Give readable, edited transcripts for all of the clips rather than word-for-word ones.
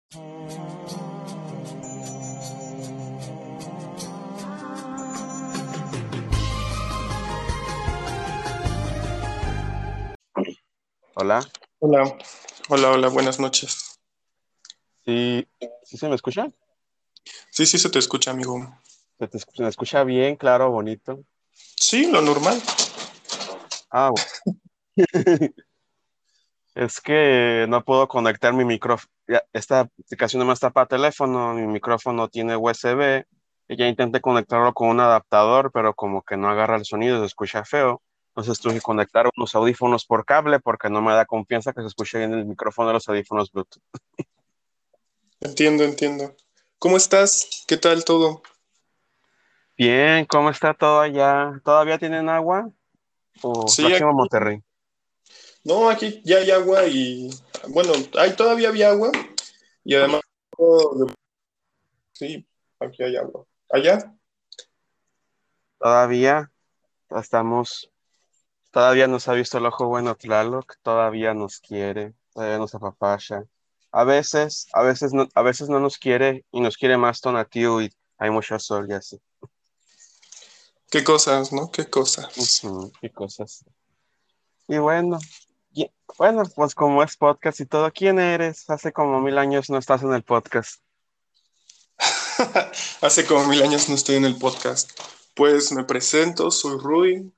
Hola, Hola, hola, buenas noches. ¿sí, sí se me escucha? Sí, sí se te escucha, amigo. ¿Se me escucha bien, claro, bonito? Sí, lo normal. Ah, es que no puedo conectar mi micrófono. Esta aplicación no está para teléfono, mi micrófono tiene USB y ya intenté conectarlo con un adaptador, pero como que no agarra el sonido, se escucha feo. Entonces tuve que conectar unos audífonos por cable porque no me da confianza que se escuche bien el micrófono de los audífonos Bluetooth. Entiendo, entiendo. ¿Cómo estás? ¿Qué tal todo? Bien, ¿cómo está todo allá? ¿Todavía tienen agua? ¿O Sí, próximo a aquí, Monterrey? no, aquí ya hay agua y, bueno, hay todavía había agua y además, oh, sí, aquí hay agua. ¿Allá? Todavía estamos. Todavía nos ha visto el ojo bueno Tlaloc, todavía nos quiere, todavía nos apapacha. A veces no nos quiere y nos quiere más Tonatiuh y hay mucho sol y así. ¿Qué cosas, no? ¿Qué cosas? Ujú, qué cosas. Y bueno, bueno, pues como es podcast y todo, ¿quién eres? Hace como 1000 años no estás en el podcast. Hace como 1000 años no estoy en el podcast. Pues me presento, soy Rui,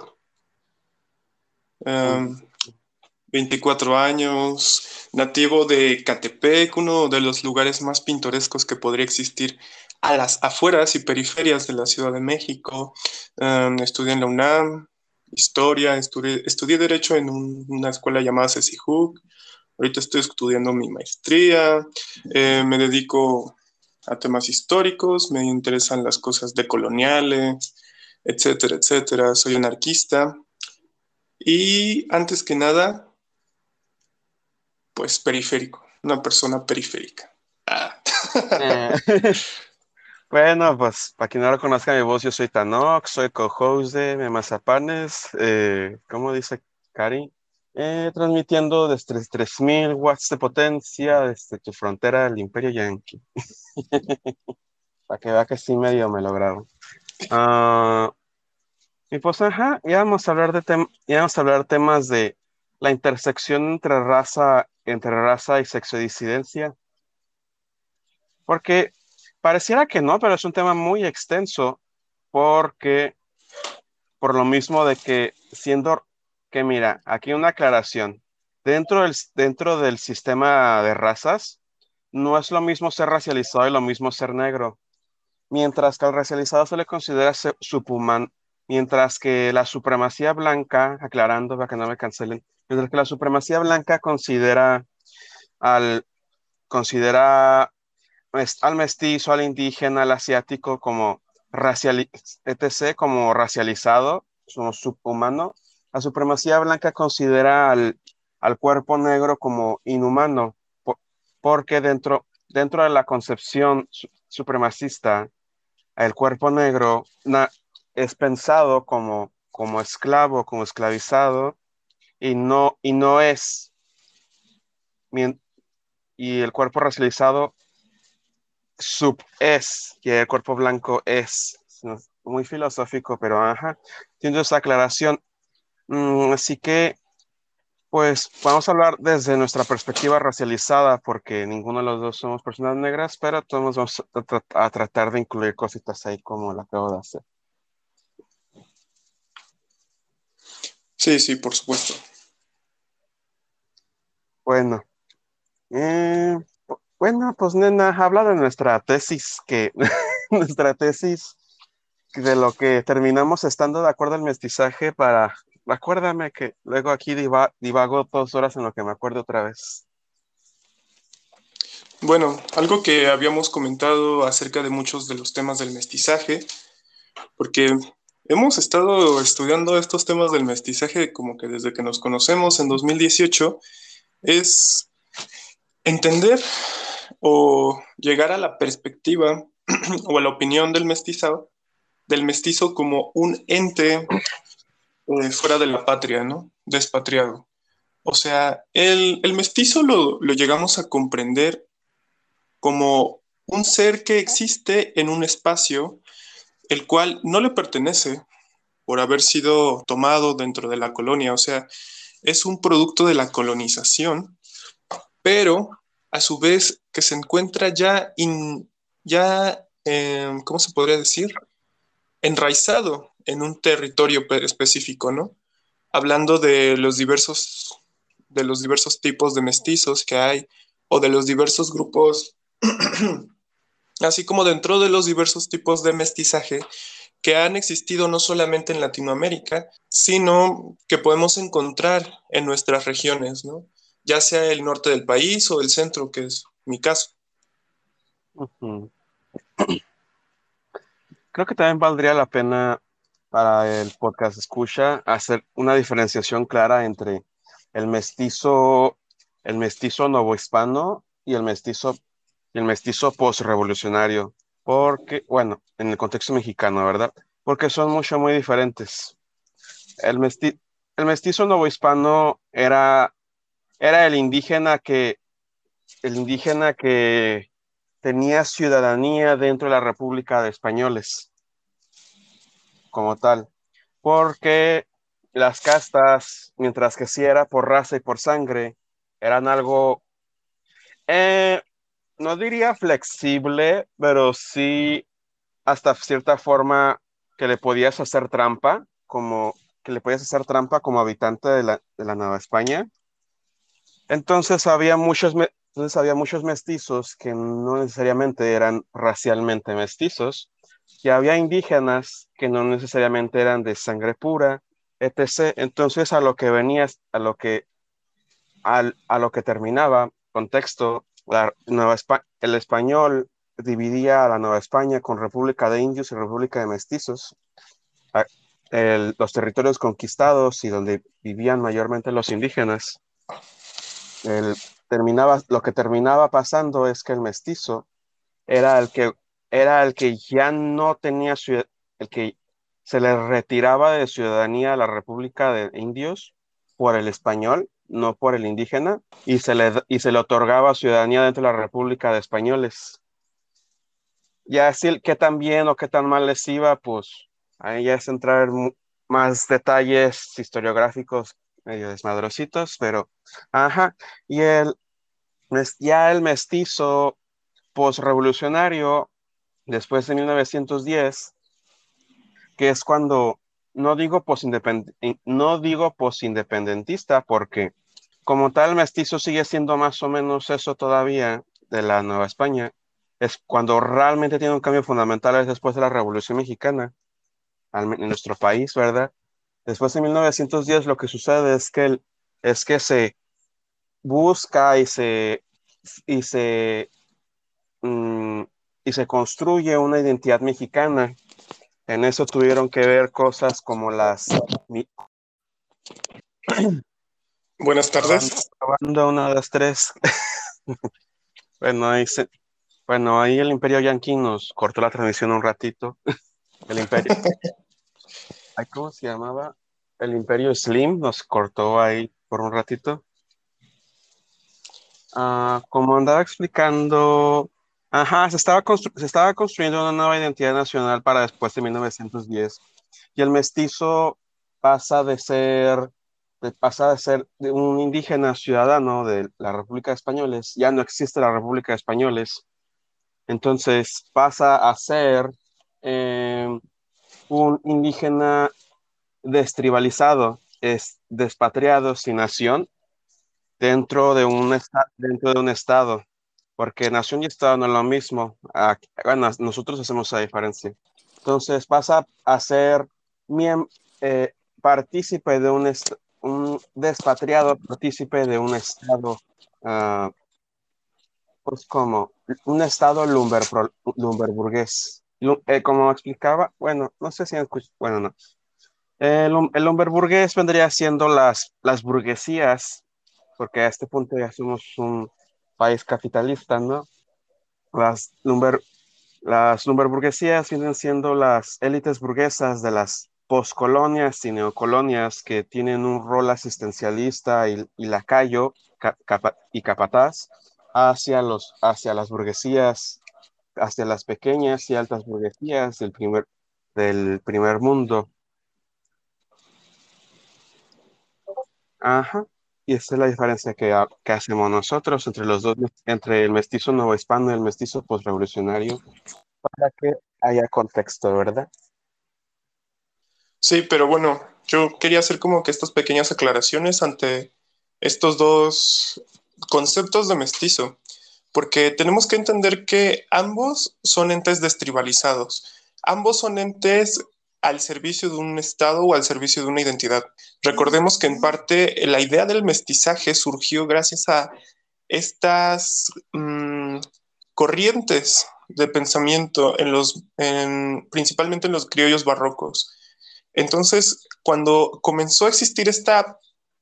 Mm, em, 24 años, nativo de Catepec, uno de los lugares más pintorescos que podría existir a las afueras y periferias de la Ciudad de México. Estudié en la UNAM, historia, estudié Derecho en una escuela llamada CECIJUC. Ahorita estoy estudiando mi maestría. Me dedico a temas históricos, me interesan las cosas decoloniales, etcétera, etcétera. Soy anarquista y antes que nada pues periférico, una persona periférica. Ah. eh, Bueno, pues para quien no lo conozca mi voz, yo soy Tanok, soy co-host de Memazapanes, ¿cómo dice Cari? Transmitiendo desde 3000 watts de potencia desde tu frontera del Imperio Yankee, para que vea que sí medio me lo grabo. Ah, y pues ajá, ya vamos a hablar temas de la intersección entre raza y sexodisidencia, porque pareciera que no, pero es un tema muy extenso porque por lo mismo de que siendo que mira, aquí una aclaración. Dentro del sistema de razas, no es lo mismo ser racializado y lo mismo ser negro. Mientras que al racializado se le considera subhumano, mientras que la supremacía blanca, aclarando para que no me cancelen, mientras que la supremacía blanca al, considera al mestizo, al indígena, al asiático como como racializado, como subhumano. La supremacía blanca considera al cuerpo negro como inhumano, porque dentro de la concepción supremacista, el cuerpo negro es pensado como esclavo, como esclavizado, y no es, mien- y el cuerpo racializado sub-es, que el cuerpo blanco es. ¿No? Muy filosófico, pero ajá. Entiendo esa aclaración. Así que, pues, vamos a hablar desde nuestra perspectiva racializada, porque ninguno de los dos somos personas negras, pero todos vamos a tratar de incluir cositas ahí como la acabo de hacer. Sí, sí, por supuesto. Bueno, bueno, pues nena, habla de nuestra tesis, nuestra tesis de lo que terminamos estando de acuerdo al mestizaje para, acuérdame que luego aquí divago 2 horas en lo que me acuerdo otra vez. Bueno, algo que habíamos comentado acerca de muchos de los temas del mestizaje, porque hemos estado estudiando estos temas del mestizaje como que desde que nos conocemos en 2018, es entender o llegar a la perspectiva o a la opinión del mestizo como un ente fuera de la patria, ¿no? Despatriado. O sea, el mestizo lo llegamos a comprender como un ser que existe en un espacio el cual no le pertenece por haber sido tomado dentro de la colonia, o sea, es un producto de la colonización, pero a su vez que se encuentra ¿cómo se podría decir? Enraizado en un territorio específico, ¿no? Hablando de los diversos tipos de mestizos que hay, o de los diversos grupos, así como dentro de los diversos tipos de mestizaje que han existido no solamente en Latinoamérica, sino que podemos encontrar en nuestras regiones, ¿no? Ya sea el norte del país o el centro, que es mi caso. Ujú. Creo que también valdría la pena para el podcast escucha hacer una diferenciación clara entre el mestizo, el mestizo novohispano y el mestizo postrevolucionario, porque, bueno, en el contexto mexicano, ¿verdad? Porque son muy diferentes. El mesti- el mestizo novohispano era el indígena que tenía ciudadanía dentro de la República de Españoles, como tal, porque las castas, mientras que sí era por raza y por sangre, eran algo, eh, no diría flexible, pero sí hasta cierta forma que le podías hacer trampa, como que le podías hacer trampa como habitante de la Nueva España. Entonces había muchos mestizos que no necesariamente eran racialmente mestizos, y había indígenas que no necesariamente eran de sangre pura, etc. Entonces a lo que terminaba, contexto, el español dividía a la Nueva España con República de Indios y República de Mestizos. A- los territorios conquistados y donde vivían mayormente los indígenas. el, lo que terminaba pasando es que el mestizo era era el que ya no tenía el que se le retiraba de ciudadanía a la República de Indios por el español, no por el indígena, y se le otorgaba ciudadanía dentro de la República de Españoles. Ya así qué tan bien o qué tan mal les iba, pues ahí ya es entrar en más detalles historiográficos medio desmadrositos, pero ajá. Y ya el mestizo postrevolucionario, después de 1910, que es cuando, no digo posindependentista, porque como tal, mestizo sigue siendo más o menos eso todavía de la Nueva España, es cuando realmente tiene un cambio fundamental es después de la Revolución Mexicana, en nuestro país, ¿verdad? Después de 1910 lo que sucede es que se busca y se mm, y se construye una identidad mexicana. En eso tuvieron que ver cosas como Buenas probando, tardes. probando una, dos, tres. Bueno, bueno, ahí el Imperio Yankee nos cortó la transmisión un ratito. El Imperio, ay, ¿cómo se llamaba? El Imperio Slim nos cortó ahí por un ratito. Como andaba explicando, ajá, se estaba construyendo una nueva identidad nacional para después de 1910. Y el mestizo pasa de ser, pasa de ser de un indígena ciudadano de la República de Españoles, ya no existe la República de Españoles, entonces pasa a ser eh, un indígena destribalizado, es despatriado sin nación dentro de un estado, porque nación y estado no es lo mismo. Bueno, nosotros hacemos esa diferencia. Entonces pasa a ser miem- partícipe de un despatriado, partícipe de un estado, ah, pues como un estado lumberburgués. Como explicaba, bueno, no sé si bueno, no. El lumberburgués vendría siendo las burguesías, porque a este punto ya somos un país capitalista, ¿no? Las lumber, las lumberburguesías vienen siendo las élites burguesas de las poscolonias y neocolonias que tienen un rol asistencialista y lacayo y capataz. hacia las burguesías, hacia las pequeñas y altas burguesías del primer mundo. Ajá. Y esa es la diferencia que hacemos nosotros entre los dos, entre el mestizo novohispano y el mestizo postrevolucionario, para que haya contexto, ¿verdad? Sí, pero bueno, yo quería hacer como que estas pequeñas aclaraciones ante estos dos conceptos de mestizo, porque tenemos que entender que ambos son entes destribalizados, ambos son entes al servicio de un Estado o al servicio de una identidad. Recordemos que en parte la idea del mestizaje surgió gracias a estas corrientes de pensamiento principalmente en los criollos barrocos. Entonces, cuando comenzó a existir esta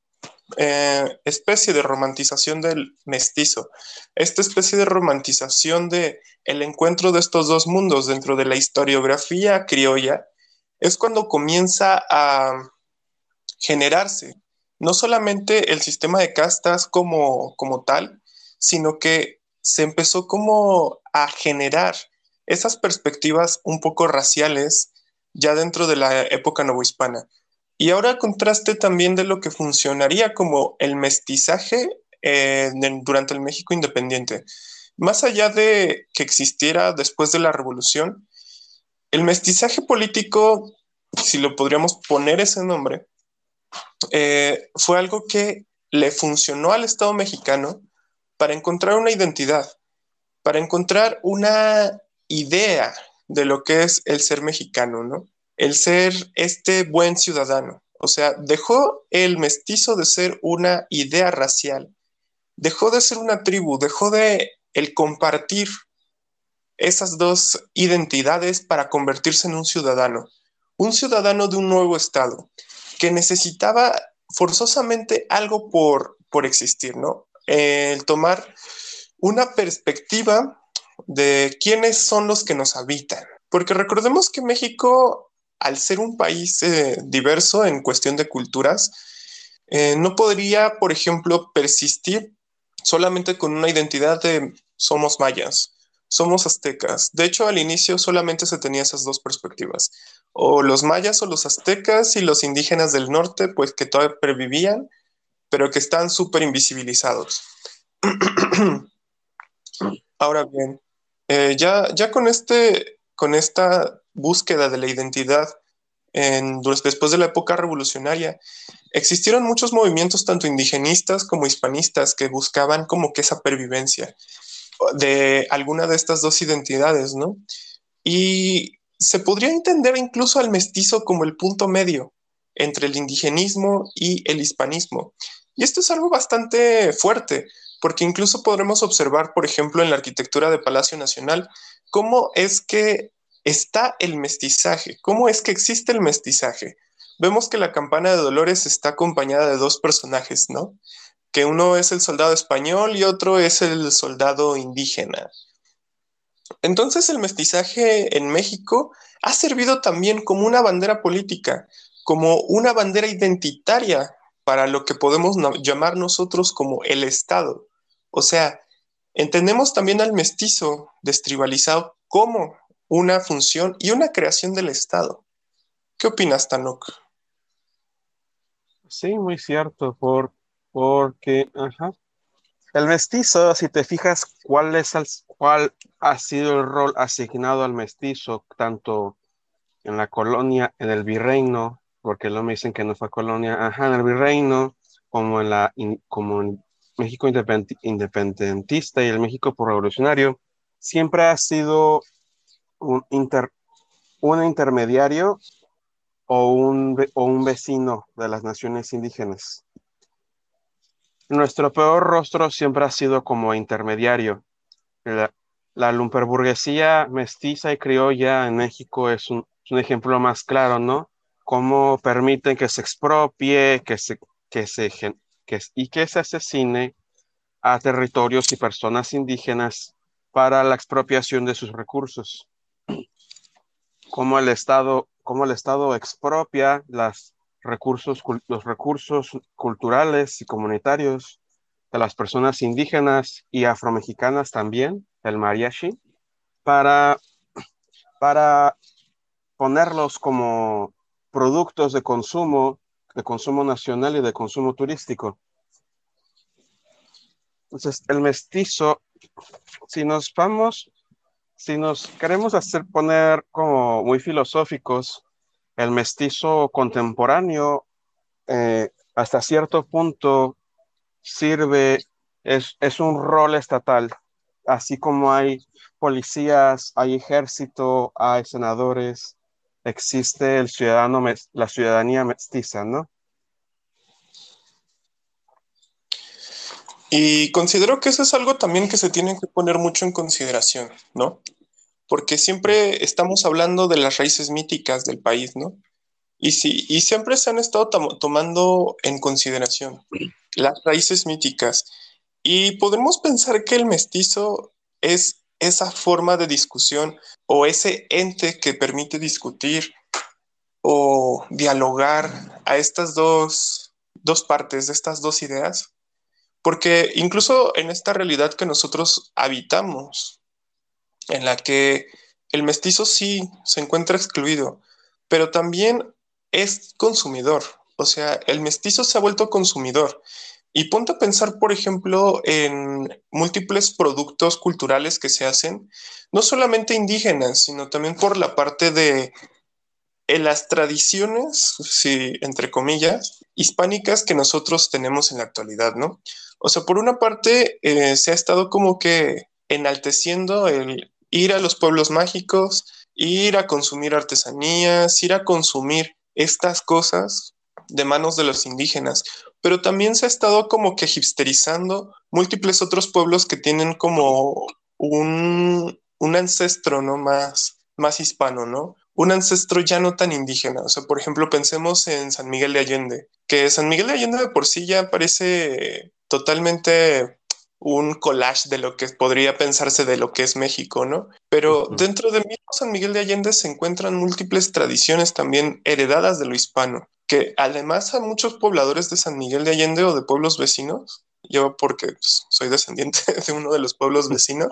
especie de romantización del mestizo, esta especie de romantización de el encuentro de estos dos mundos dentro de la historiografía criolla, es cuando comienza a generarse no solamente el sistema de castas como tal, sino que se empezó como a generar esas perspectivas un poco raciales ya dentro de la época novohispana. Y ahora contraste también de lo que funcionaría como el mestizaje durante el México independiente. Más allá de que existiera después de la revolución, el mestizaje político, si lo podríamos poner ese nombre, fue algo que le funcionó al Estado mexicano para encontrar una identidad, para encontrar una idea de lo que es el ser mexicano, ¿no? El ser este buen ciudadano. O sea, dejó el mestizo de ser una idea racial, dejó de ser una tribu, dejó de el compartir esas dos identidades para convertirse en un ciudadano de un nuevo estado, que necesitaba forzosamente algo por existir, ¿no? El tomar una perspectiva de quiénes son los que nos habitan. Porque recordemos que México, al ser un país diverso en cuestión de culturas, no podría, por ejemplo, persistir solamente con una identidad de somos mayas, somos aztecas. De hecho, al inicio solamente se tenía esas dos perspectivas, o los mayas o los aztecas y los indígenas del norte, pues que todavía pervivían, pero que están súper invisibilizados. Ahora bien, ya con esta búsqueda de la identidad después de la época revolucionaria, existieron muchos movimientos tanto indigenistas como hispanistas que buscaban como que esa pervivencia de alguna de estas dos identidades, ¿no? Y se podría entender incluso al mestizo como el punto medio entre el indigenismo y el hispanismo. Y esto es algo bastante fuerte, porque incluso podremos observar, por ejemplo, en la arquitectura de Palacio Nacional, cómo es que está el mestizaje, cómo es que existe el mestizaje. Vemos que la campana de Dolores está acompañada de dos personajes, ¿no? Que uno es el soldado español y otro es el soldado indígena. Entonces el mestizaje en México ha servido también como una bandera política, como una bandera identitaria para lo que podemos llamar nosotros como el Estado. O sea, entendemos también al mestizo destribalizado como una función y una creación del Estado. ¿Qué opinas, Tanok? Sí, muy cierto, porque, ajá. El mestizo, si te fijas, cuál ha sido el rol asignado al mestizo, tanto en la colonia, en el virreino, porque luego me dicen que no fue colonia, ajá, en el virreino, como en México independentista y el México por revolucionario, siempre ha sido un, inter- un intermediario o un vecino de las naciones indígenas. Nuestro peor rostro siempre ha sido como intermediario. La, la lumperburguesía mestiza y criolla en México es un ejemplo más claro, ¿no? Cómo permiten que se expropie, que se, gen- y que se asesine a territorios y personas indígenas para la expropiación de sus recursos. Cómo el Estado expropia los recursos culturales y comunitarios de las personas indígenas y afromexicanas también, el mariachi, para, para ponerlos como productos de consumo nacional y de consumo turístico. Entonces, el mestizo, si nos vamos, si nos queremos hacer poner como muy filosóficos, el mestizo contemporáneo hasta cierto punto sirve, es un rol estatal, así como hay policías, hay ejército, hay senadores, existe el ciudadano, la ciudadanía mestiza, ¿no? Y considero que eso es algo también que se tiene que poner mucho en consideración, ¿no? Porque siempre estamos hablando de las raíces míticas del país, ¿no? Y siempre se han estado tomando en consideración las raíces míticas. Y podemos pensar que el mestizo es esa forma de discusión o ese ente que permite discutir o dialogar a estas dos partes, de estas dos ideas. Porque incluso en esta realidad que nosotros habitamos, en la que el mestizo sí se encuentra excluido, pero también es consumidor. O sea, el mestizo se ha vuelto consumidor. Y ponte a pensar, por ejemplo, en múltiples productos culturales que se hacen, no solamente indígenas, sino también por la parte de las tradiciones, sí, entre comillas, hispánicas que nosotros tenemos en la actualidad, ¿no? O sea, por una parte, se ha estado como que enalteciendo el ir a los pueblos mágicos, ir a consumir artesanías, ir a consumir estas cosas de manos de los indígenas, pero también se ha estado como que hipsterizando múltiples otros pueblos que tienen como un ancestro, ¿no? Más hispano, ¿no? Un ancestro ya no tan indígena. O sea, por ejemplo, pensemos en San Miguel de Allende, que San Miguel de Allende de por sí ya parece totalmente un collage de lo que podría pensarse de lo que es México, ¿no? Pero Ujú. dentro de mismo San Miguel de Allende se encuentran múltiples tradiciones también heredadas de lo hispano, que además a muchos pobladores de San Miguel de Allende o de pueblos vecinos, yo porque pues, soy descendiente de uno de los pueblos vecinos,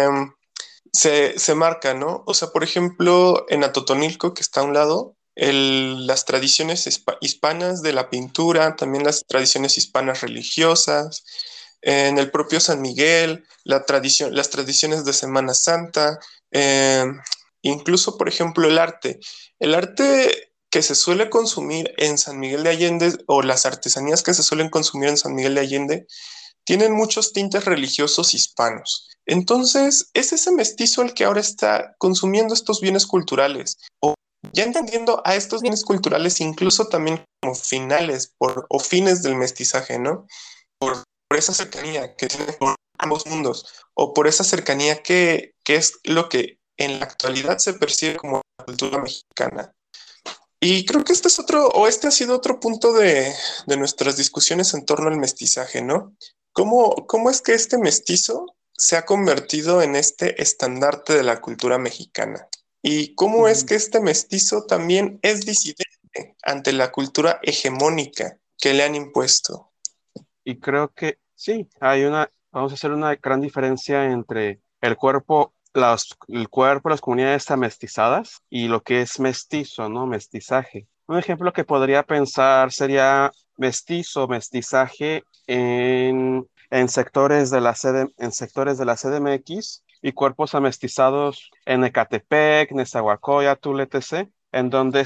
se marca, ¿no? O sea, por ejemplo, en Atotonilco, que está a un lado, las tradiciones hispanas de la pintura, también las tradiciones hispanas religiosas, en el propio San Miguel, las tradiciones de Semana Santa, eh, incluso, por ejemplo, el arte que se suele consumir en San Miguel de Allende o las artesanías que se suelen consumir en San Miguel de Allende tienen muchos tintes religiosos hispanos. Entonces, es ese mestizo el que ahora está consumiendo estos bienes culturales, o ya entendiendo a estos bienes culturales incluso también como finales o fines del mestizaje, ¿no? Por esa cercanía que tienen por ambos mundos, o por esa cercanía que es lo que en la actualidad se percibe como la cultura mexicana. Y creo que este es otro, o este ha sido otro punto de nuestras discusiones en torno al mestizaje, ¿no? ¿Cómo es que este mestizo se ha convertido en este estandarte de la cultura mexicana? ¿Y cómo es que este mestizo también es disidente ante la cultura hegemónica que le han impuesto? Y creo que sí, vamos a hacer una gran diferencia entre el cuerpo, las comunidades amestizadas y lo que es mestizo, ¿no? Mestizaje. Un ejemplo que podría pensar sería mestizaje en sectores de la en sectores de la CDMX y cuerpos amestizados en Ecatepec, Nezahualcóyotl, etc., en donde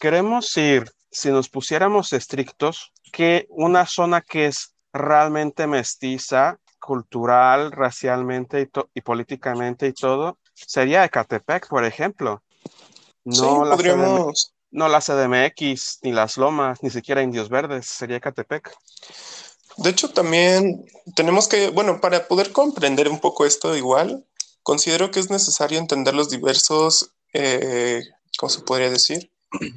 si nos pusiéramos estrictos, que una zona que es realmente mestiza, cultural, racialmente y políticamente y todo, sería Ecatepec, por ejemplo. Sí, No la CDM, podríamos. no la CDMX, ni las Lomas, ni siquiera Indios Verdes, sería Ecatepec. De hecho, también tenemos que, bueno, para poder comprender un poco esto igual, considero que es necesario entender los diversos, ¿cómo se podría decir?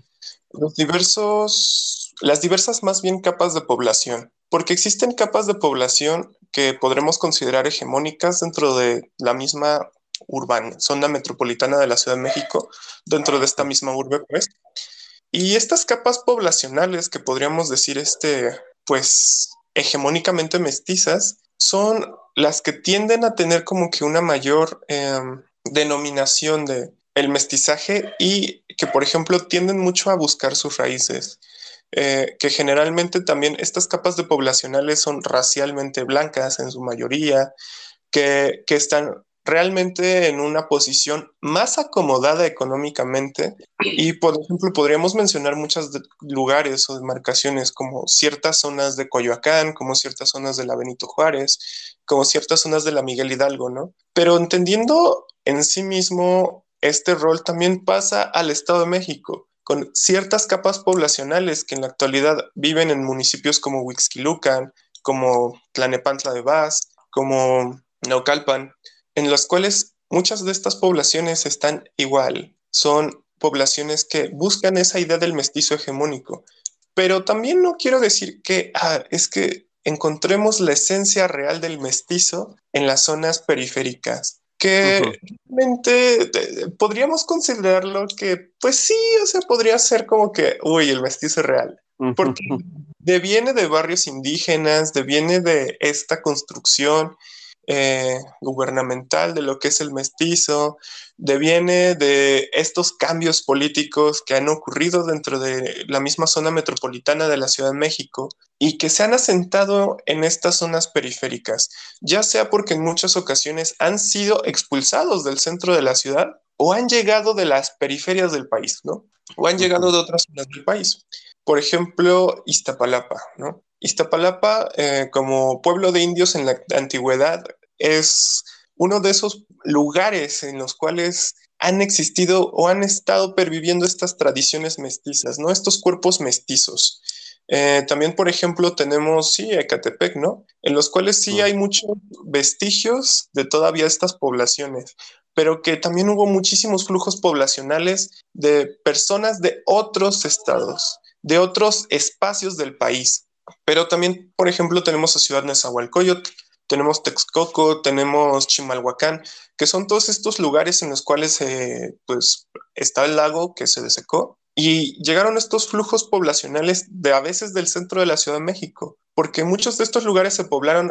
Las diversas más bien capas de población, porque existen capas de población que podremos considerar hegemónicas dentro de la misma zona metropolitana de la Ciudad de México, dentro de esta misma urbe, pues. Y estas capas poblacionales que podríamos decir, pues, hegemónicamente mestizas son las que tienden a tener como que una mayor denominación de el mestizaje y que, por ejemplo, tienden mucho a buscar sus raíces. Que generalmente también estas capas de poblacionales son racialmente blancas en su mayoría, que están realmente en una posición más acomodada económicamente. Y, por ejemplo, podríamos mencionar muchos lugares o demarcaciones como ciertas zonas de Coyoacán, como ciertas zonas de la Benito Juárez, como ciertas zonas de la Miguel Hidalgo, ¿no? Pero entendiendo en sí mismo este rol también pasa al Estado de México, con ciertas capas poblacionales que en la actualidad viven en municipios como Huixquilucan, como Tlanepantla de Vaz, como Naucalpan, en los cuales muchas de estas poblaciones están igual. Son poblaciones que buscan esa idea del mestizo hegemónico. Pero también no quiero decir que es que encontremos la esencia real del mestizo en las zonas periféricas, Ujú, que realmente podríamos considerarlo que, pues sí, o sea, podría ser como que, uy, el mestizo es real, porque ujú. deviene de barrios indígenas, deviene de esta construcción gubernamental de lo que es el mestizo, deviene de estos cambios políticos que han ocurrido dentro de la misma zona metropolitana de la Ciudad de México y que se han asentado en estas zonas periféricas, ya sea porque en muchas ocasiones han sido expulsados del centro de la ciudad o han llegado de las periferias del país, ¿no? O han llegado Ujú. de otras zonas del país. Por ejemplo, Iztapalapa, ¿no? Iztapalapa, como pueblo de indios en la antigüedad, es uno de esos lugares en los cuales han existido o han estado perviviendo estas tradiciones mestizas, ¿no? Estos cuerpos mestizos. También, por ejemplo, tenemos, sí, Ecatepec, ¿no? En los cuales sí Mm. hay muchos vestigios de todavía estas poblaciones, pero que también hubo muchísimos flujos poblacionales de personas de otros estados, de otros espacios del país. Pero también, por ejemplo, tenemos a Ciudad Nezahualcóyotl, tenemos Texcoco, tenemos Chimalhuacán, que son todos estos lugares en los cuales pues, está el lago que se desecó y llegaron estos flujos poblacionales de a veces del centro de la Ciudad de México, porque muchos de estos lugares se poblaron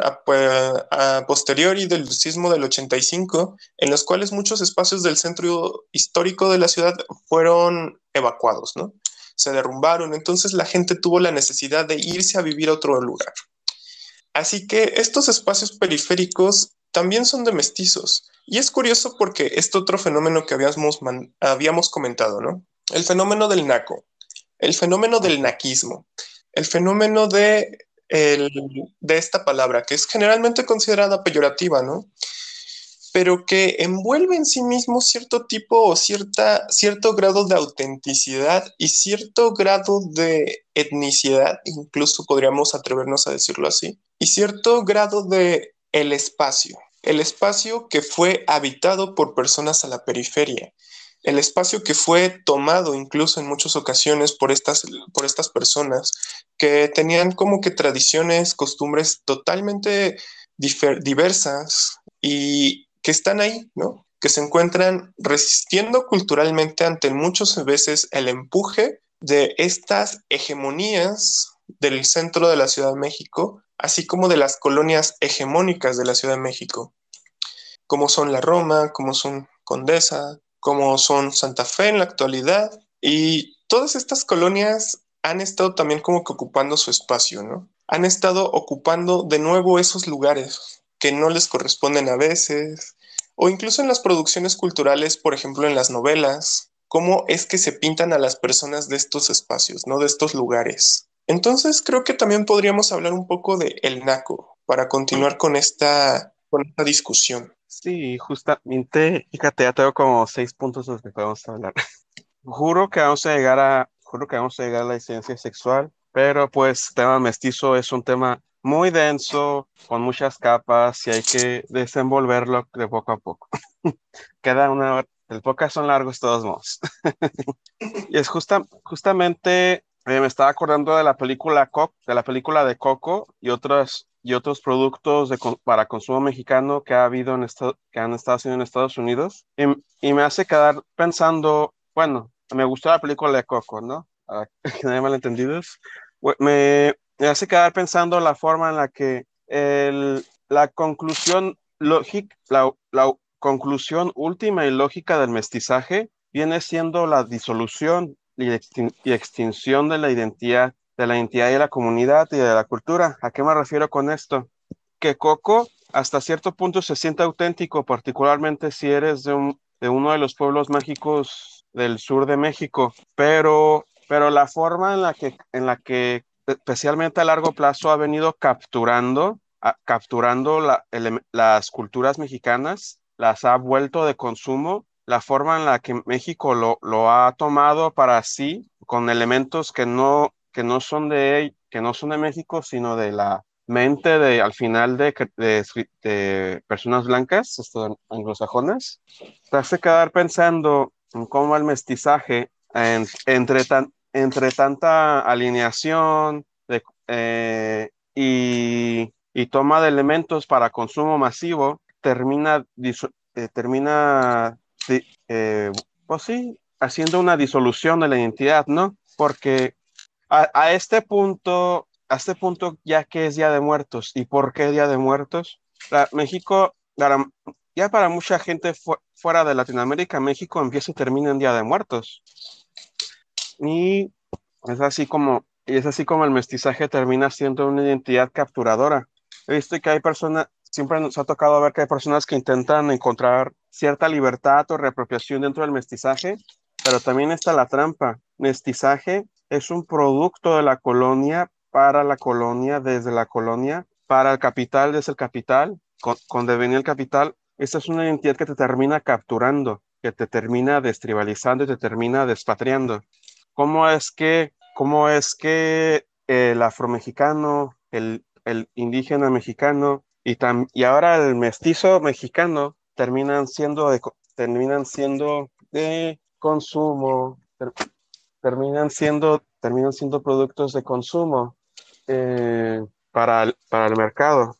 a posteriori del sismo del 85, en los cuales muchos espacios del centro histórico de la ciudad fueron evacuados, ¿no? Se derrumbaron, entonces la gente tuvo la necesidad de irse a vivir a otro lugar. Así que estos espacios periféricos también son de mestizos. Y es curioso porque este otro fenómeno que habíamos comentado, ¿no? El fenómeno del naco, el fenómeno del Ujú. naquismo, el fenómeno de esta palabra, que es generalmente considerada peyorativa, ¿no? Pero que envuelve en sí mismo cierto tipo o cierto grado de autenticidad y cierto grado de etnicidad, incluso podríamos atrevernos a decirlo así, y cierto grado de el espacio que fue habitado por personas a la periferia, el espacio que fue tomado incluso en muchas ocasiones por estas personas que tenían como que tradiciones, costumbres totalmente diversas y que están ahí, ¿no? Que se encuentran resistiendo culturalmente ante muchas veces el empuje de estas hegemonías del centro de la Ciudad de México, así como de las colonias hegemónicas de la Ciudad de México, como son la Roma, como son Condesa, como son Santa Fe en la actualidad, y todas estas colonias han estado también como que ocupando su espacio, ¿no? Han estado ocupando de nuevo esos lugares que no les corresponden a veces, o incluso en las producciones culturales, por ejemplo, en las novelas, cómo es que se pintan a las personas de estos espacios, ¿no? De estos lugares. Entonces creo que también podríamos hablar un poco de el naco para continuar con esta discusión. Sí, justamente, fíjate, ya tengo como 6 puntos de los que podemos hablar. Juro que vamos a llegar a la licencia sexual, pero pues tema mestizo es un tema muy denso, con muchas capas y hay que desenvolverlo de poco a poco. Queda una hora, el podcast son largos de todos modos. Y es justamente, me estaba acordando de la película de la película de Coco y otros productos para consumo mexicano que ha habido que han estado haciendo en Estados Unidos. Y me hace quedar pensando, bueno, me gustó la película de Coco, ¿no? Que no hay malentendidos. me hace quedar pensando la forma en la que la conclusión lógica, la conclusión última y lógica del mestizaje viene siendo la disolución y extinción de la identidad y de la comunidad y de la cultura. ¿A qué me refiero con esto? Que Coco hasta cierto punto se siente auténtico, particularmente si eres de uno de los pueblos mágicos del sur de México, pero la forma en la que especialmente a largo plazo ha venido capturando las culturas mexicanas, las ha vuelto de consumo, la forma en la que México lo ha tomado para sí, con elementos que no son que no son de México, sino de la mente al final de personas blancas, anglosajonas, te hace quedar pensando en cómo el mestizaje, entre tanta alineación y toma de elementos para consumo masivo, termina pues sí, haciendo una disolución de la identidad, ¿no? Porque a este punto, ya que es Día de Muertos, ¿y por qué Día de Muertos? México, ya para mucha gente fuera de Latinoamérica, México empieza y termina en Día de Muertos. Y es así como el mestizaje termina siendo una identidad capturadora. He visto que hay personas, siempre nos ha tocado ver que hay personas que intentan encontrar cierta libertad o reapropiación dentro del mestizaje, pero también está la trampa. Mestizaje es un producto de la colonia para la colonia, desde la colonia, para el capital, desde el capital, con devenir el capital. Esta es una identidad que te termina capturando, que te termina destribalizando y te termina despatriando. Cómo es que el afromexicano, el indígena mexicano y ahora el mestizo mexicano terminan siendo de consumo, terminan siendo productos de consumo para el mercado?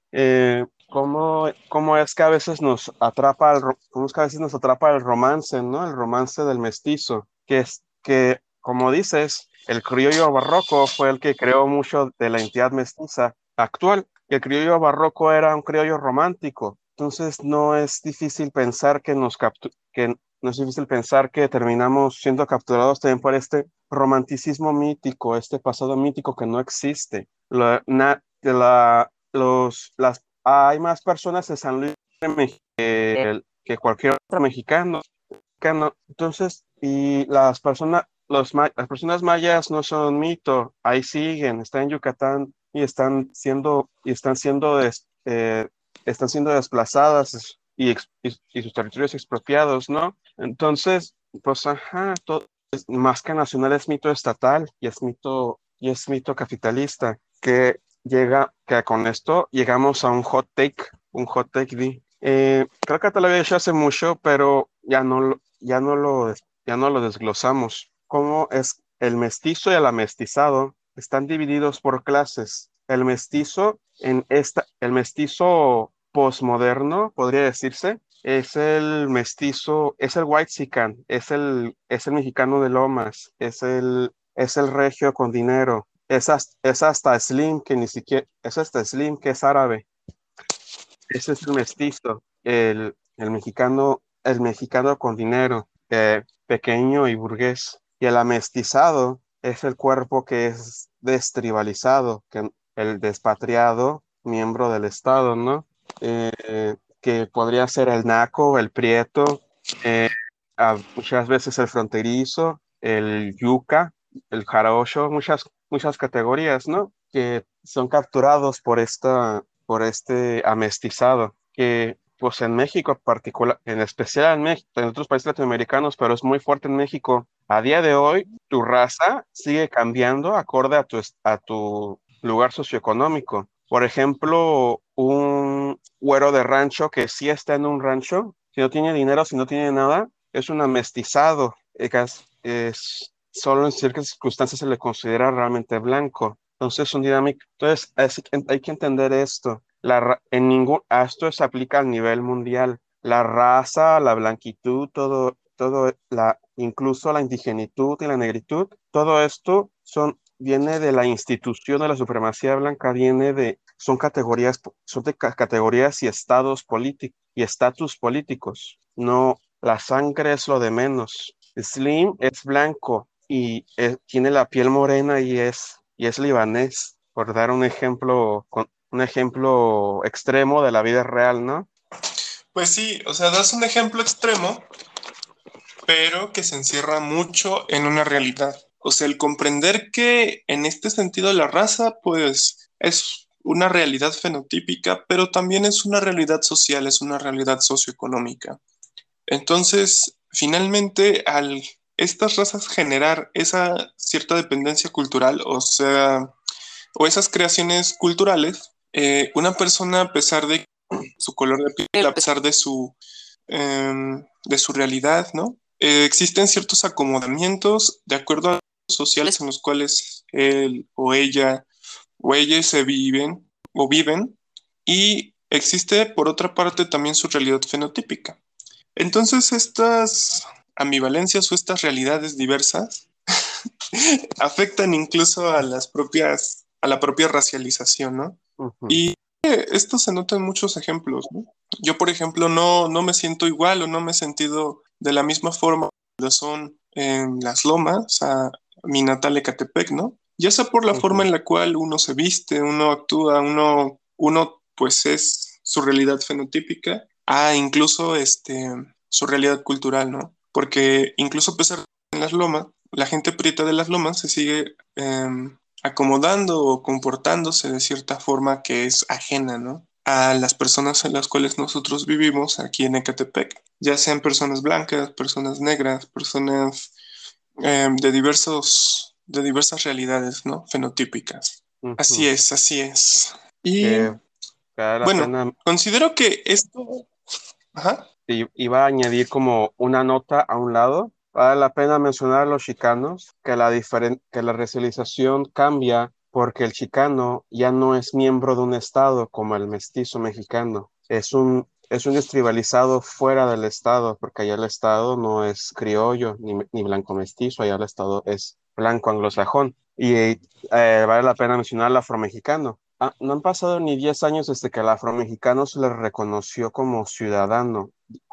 ¿Cómo es que a veces cómo es que a veces nos atrapa el romance, ¿no? El romance del mestizo, que, como dices, el criollo barroco fue el que creó mucho de la identidad mestiza actual. El criollo barroco era un criollo romántico, entonces no es difícil pensar que no es difícil pensar que terminamos siendo capturados también por este romanticismo mítico, este pasado mítico que no existe. Hay más personas en San Luis de México que cualquier otro mexicano. Entonces, y las personas mayas no son un mito, ahí siguen, están en Yucatán y están siendo desplazadas y sus territorios expropiados, ¿no? Entonces, pues, ajá, más que nacional es mito estatal y es mito capitalista, que con esto llegamos a un hot take creo que te lo había dicho hace mucho, pero ya no lo desglosamos. ¿Cómo es el mestizo y el amestizado? Están divididos por clases. El mestizo posmoderno, podría decirse, es el whitexican, es el mexicano de Lomas, es el regio con dinero, es hasta Slim, que ni siquiera, es hasta Slim, que es árabe. Ese es el mestizo, el mexicano con dinero, pequeño y burgués. Y el amestizado es el cuerpo que es destribalizado, el despatriado, miembro del Estado, ¿no? Que podría ser el naco, el prieto, eh, muchas veces el fronterizo, el yuca, el jarocho, muchas categorías, ¿no? Que son capturados por este amestizado, que pues en México en particular, en especial en México, en otros países latinoamericanos, pero es muy fuerte en México. A día de hoy, tu raza sigue cambiando acorde a tu lugar socioeconómico. Por ejemplo, un güero de rancho que sí está en un rancho, si no tiene dinero, si no tiene nada, es un amestizado. Solo en ciertas circunstancias se le considera realmente blanco. Entonces, hay que entender esto. Esto se aplica a nivel mundial. La raza, la blanquitud, incluso la indigenitud y la negritud, todo esto viene de la institución de la supremacía blanca, son categorías, categorías y estados políticos y estatus políticos. No, la sangre es lo de menos. Slim es blanco y tiene la piel morena y es libanés, por dar un ejemplo extremo de la vida real, ¿no? Pues sí, o sea, das un ejemplo extremo, pero que se encierra mucho en una realidad. O sea, el comprender que en este sentido la raza, pues, es una realidad fenotípica, pero también es una realidad social, es una realidad socioeconómica. Entonces, finalmente, al estas razas generar esa cierta dependencia cultural, o sea, o esas creaciones culturales, una persona, a pesar de su color de piel, a pesar de su realidad, ¿no? Existen ciertos acomodamientos de acuerdo a los sociales en los cuales él o ella se viven o viven, y existe por otra parte también su realidad fenotípica. Entonces estas ambivalencias o estas realidades diversas afectan incluso a a la propia racialización, ¿no? Ujú, Y esto se nota en muchos ejemplos, ¿no? Yo, por ejemplo, no me siento igual o no me he sentido de la misma forma lo son en Las Lomas, a mi natal Ecatepec, ¿no? Ya sea por la forma ujú, en la cual uno se viste, uno actúa, uno pues es su realidad fenotípica, a incluso su realidad cultural, ¿no? Porque incluso a pesar de en Las Lomas, la gente prieta de Las Lomas se sigue acomodando o comportándose de cierta forma que es ajena, ¿no? A las personas en las cuales nosotros vivimos aquí en Ecatepec, ya sean personas blancas, personas negras, personas de diversas realidades, ¿no? Fenotípicas. ujú. Así es. Y Que vale la bueno, pena. considero que esto, ajá, Iba a añadir como una nota a un lado. Vale la pena mencionar a los chicanos que que la racialización cambia porque el chicano ya no es miembro de un estado como el mestizo mexicano. Es un estribalizado fuera del estado, porque allá el estado no es criollo ni blanco mestizo, allá el estado es blanco anglosajón. Y vale la pena mencionar al afromexicano. No han pasado ni 10 años desde que al afromexicano se le reconoció como ciudadano,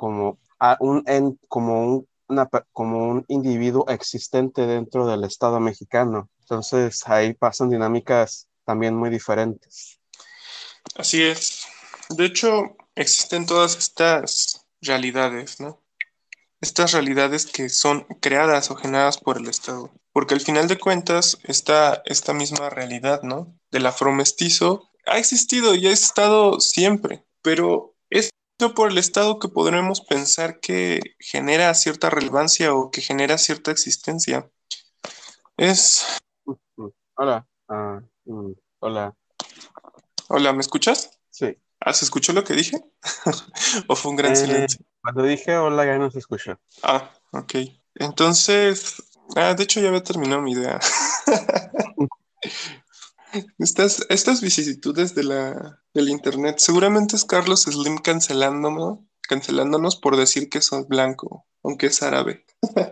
como un individuo existente dentro del Estado mexicano. Entonces ahí pasan dinámicas también muy diferentes. así es. De hecho, existen todas estas realidades, ¿no? Estas realidades que son creadas o generadas por el Estado. Porque al final de cuentas, esta misma realidad, ¿no? Del afromestizo ha existido y ha estado siempre, pero es por el Estado que podremos pensar que genera cierta relevancia o que genera cierta existencia. Es... Mm. Hola. Hola. Hola, ¿me escuchas? Sí. ¿Ah, se escuchó lo que dije? ¿O fue un gran silencio? Cuando dije hola ya no se escucha. Ah, ok. Entonces, de hecho ya había terminado mi idea. Estas vicisitudes de del internet, seguramente es Carlos Slim cancelándonos por decir que soy blanco, aunque es árabe.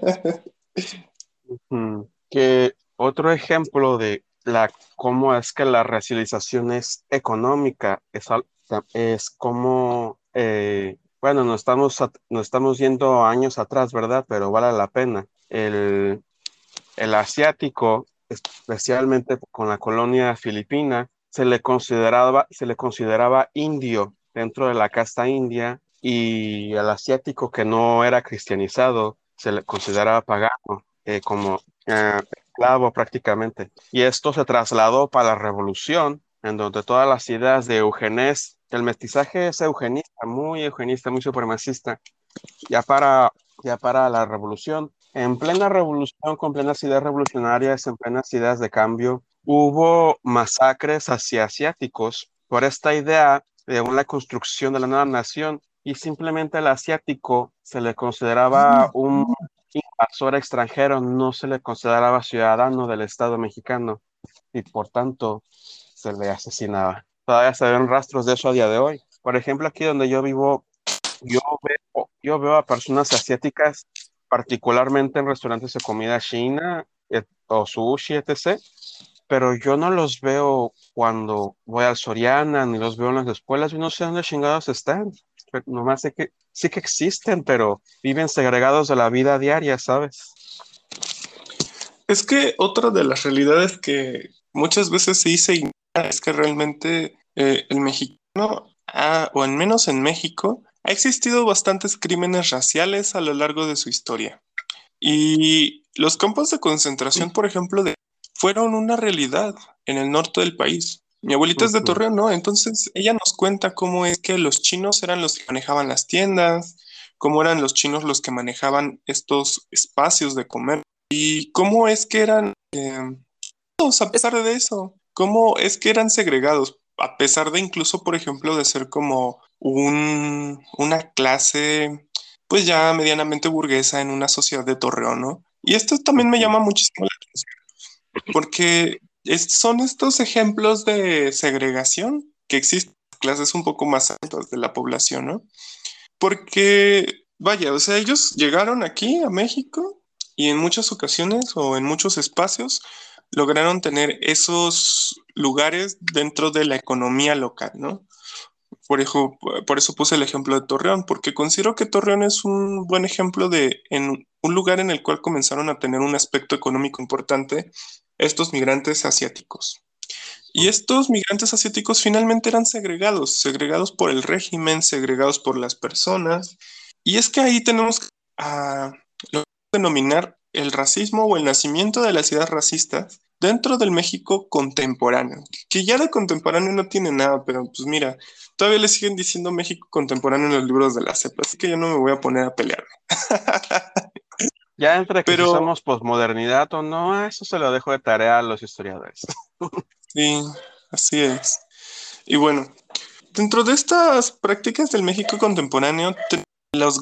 Que otro ejemplo de cómo es que la racialización es económica es como, bueno, no estamos yendo años atrás, ¿verdad? Pero vale la pena. El asiático, especialmente con la colonia filipina, se le consideraba indio dentro de la casta india, y el asiático que no era cristianizado se le consideraba pagano, como esclavo prácticamente. Y esto se trasladó para la revolución, en donde todas las ideas de eugenés, el mestizaje es eugenista, muy supremacista, ya para, ya para la revolución. En plena revolución, con plenas ideas revolucionarias, en plenas ideas de cambio, hubo masacres hacia asiáticos por esta idea de una construcción de la nueva nación, y simplemente al asiático se le consideraba un invasor extranjero, no se le consideraba ciudadano del Estado mexicano, y por tanto se le asesinaba. Todavía se ven rastros de eso a día de hoy. Por ejemplo, aquí donde yo vivo, yo veo a personas asiáticas, particularmente en restaurantes de comida china, o sushi, etc. Pero yo no los veo cuando voy al Soriana, ni los veo en las escuelas, yo no sé dónde chingados están. Pero nomás sé que sí que existen, pero viven segregados de la vida diaria, ¿sabes? Es que otra de las realidades que muchas veces sí se ignora es que realmente el mexicano, o al menos en México, ha existido bastantes crímenes raciales a lo largo de su historia. Y los campos de concentración, por ejemplo, fueron una realidad en el norte del país. Mi abuelita es de Ujú, Torreón, ¿no? Entonces ella nos cuenta cómo es que los chinos eran los que manejaban las tiendas, cómo eran los chinos los que manejaban estos espacios de comer y cómo es que eran, todos a pesar de eso, cómo es que eran segregados, a pesar de incluso, por ejemplo, de ser como una clase, pues ya medianamente burguesa en una sociedad de Torreón, ¿no? Y esto también me ujú. llama muchísimo la atención, porque son estos ejemplos de segregación que existen en clases un poco más altas de la población, ¿no? Porque, vaya, o sea, ellos llegaron aquí a México y en muchas ocasiones o en muchos espacios lograron tener esos lugares dentro de la economía local, ¿no? Por eso puse el ejemplo de Torreón, porque considero que Torreón es un buen ejemplo de en un lugar en el cual comenzaron a tener un aspecto económico importante estos migrantes asiáticos. Y estos migrantes asiáticos finalmente eran segregados, segregados por el régimen, segregados por las personas. Y es que ahí tenemos que lo que denominar el racismo o el nacimiento de las ideas racistas dentro del México contemporáneo, que ya de contemporáneo no tiene nada, pero pues mira, todavía le siguen diciendo México contemporáneo en los libros de la SEP, así que yo no me voy a poner a pelear. Ya entre que si Pero somos posmodernidad o no, eso se lo dejo de tarea a los historiadores. sí, así es. Y bueno, dentro de estas prácticas del México contemporáneo, los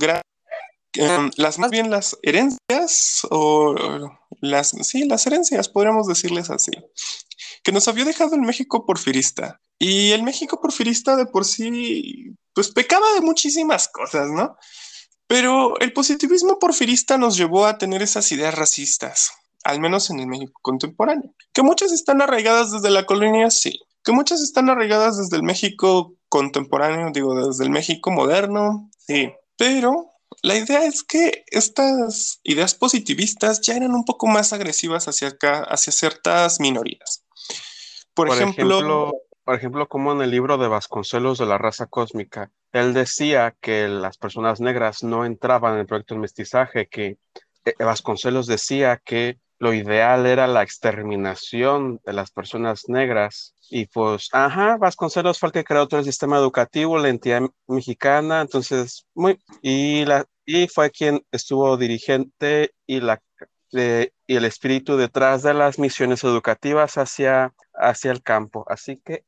las más bien las herencias o las sí, las herencias, podríamos decirles así, que nos había dejado el México porfirista. Y el México porfirista de por sí, pues pecaba de muchísimas cosas, ¿no? Pero el positivismo porfirista nos llevó a tener esas ideas racistas, al menos en el México contemporáneo, que muchas están arraigadas desde la colonia, sí, que muchas están arraigadas desde el México contemporáneo, digo, desde el México moderno, sí, pero la idea es que estas ideas positivistas ya eran un poco más agresivas hacia acá, hacia ciertas minorías. Por Por ejemplo, ejemplo, por ejemplo, como en el libro de Vasconcelos de la raza cósmica, él decía que las personas negras no entraban en el proyecto de mestizaje, que Vasconcelos decía que lo ideal era la exterminación de las personas negras. Y pues, ajá, Vasconcelos fue el que creó todo el sistema educativo, la entidad mexicana, entonces, y fue quien estuvo dirigente y el espíritu detrás de las misiones educativas hacia el campo. Así que,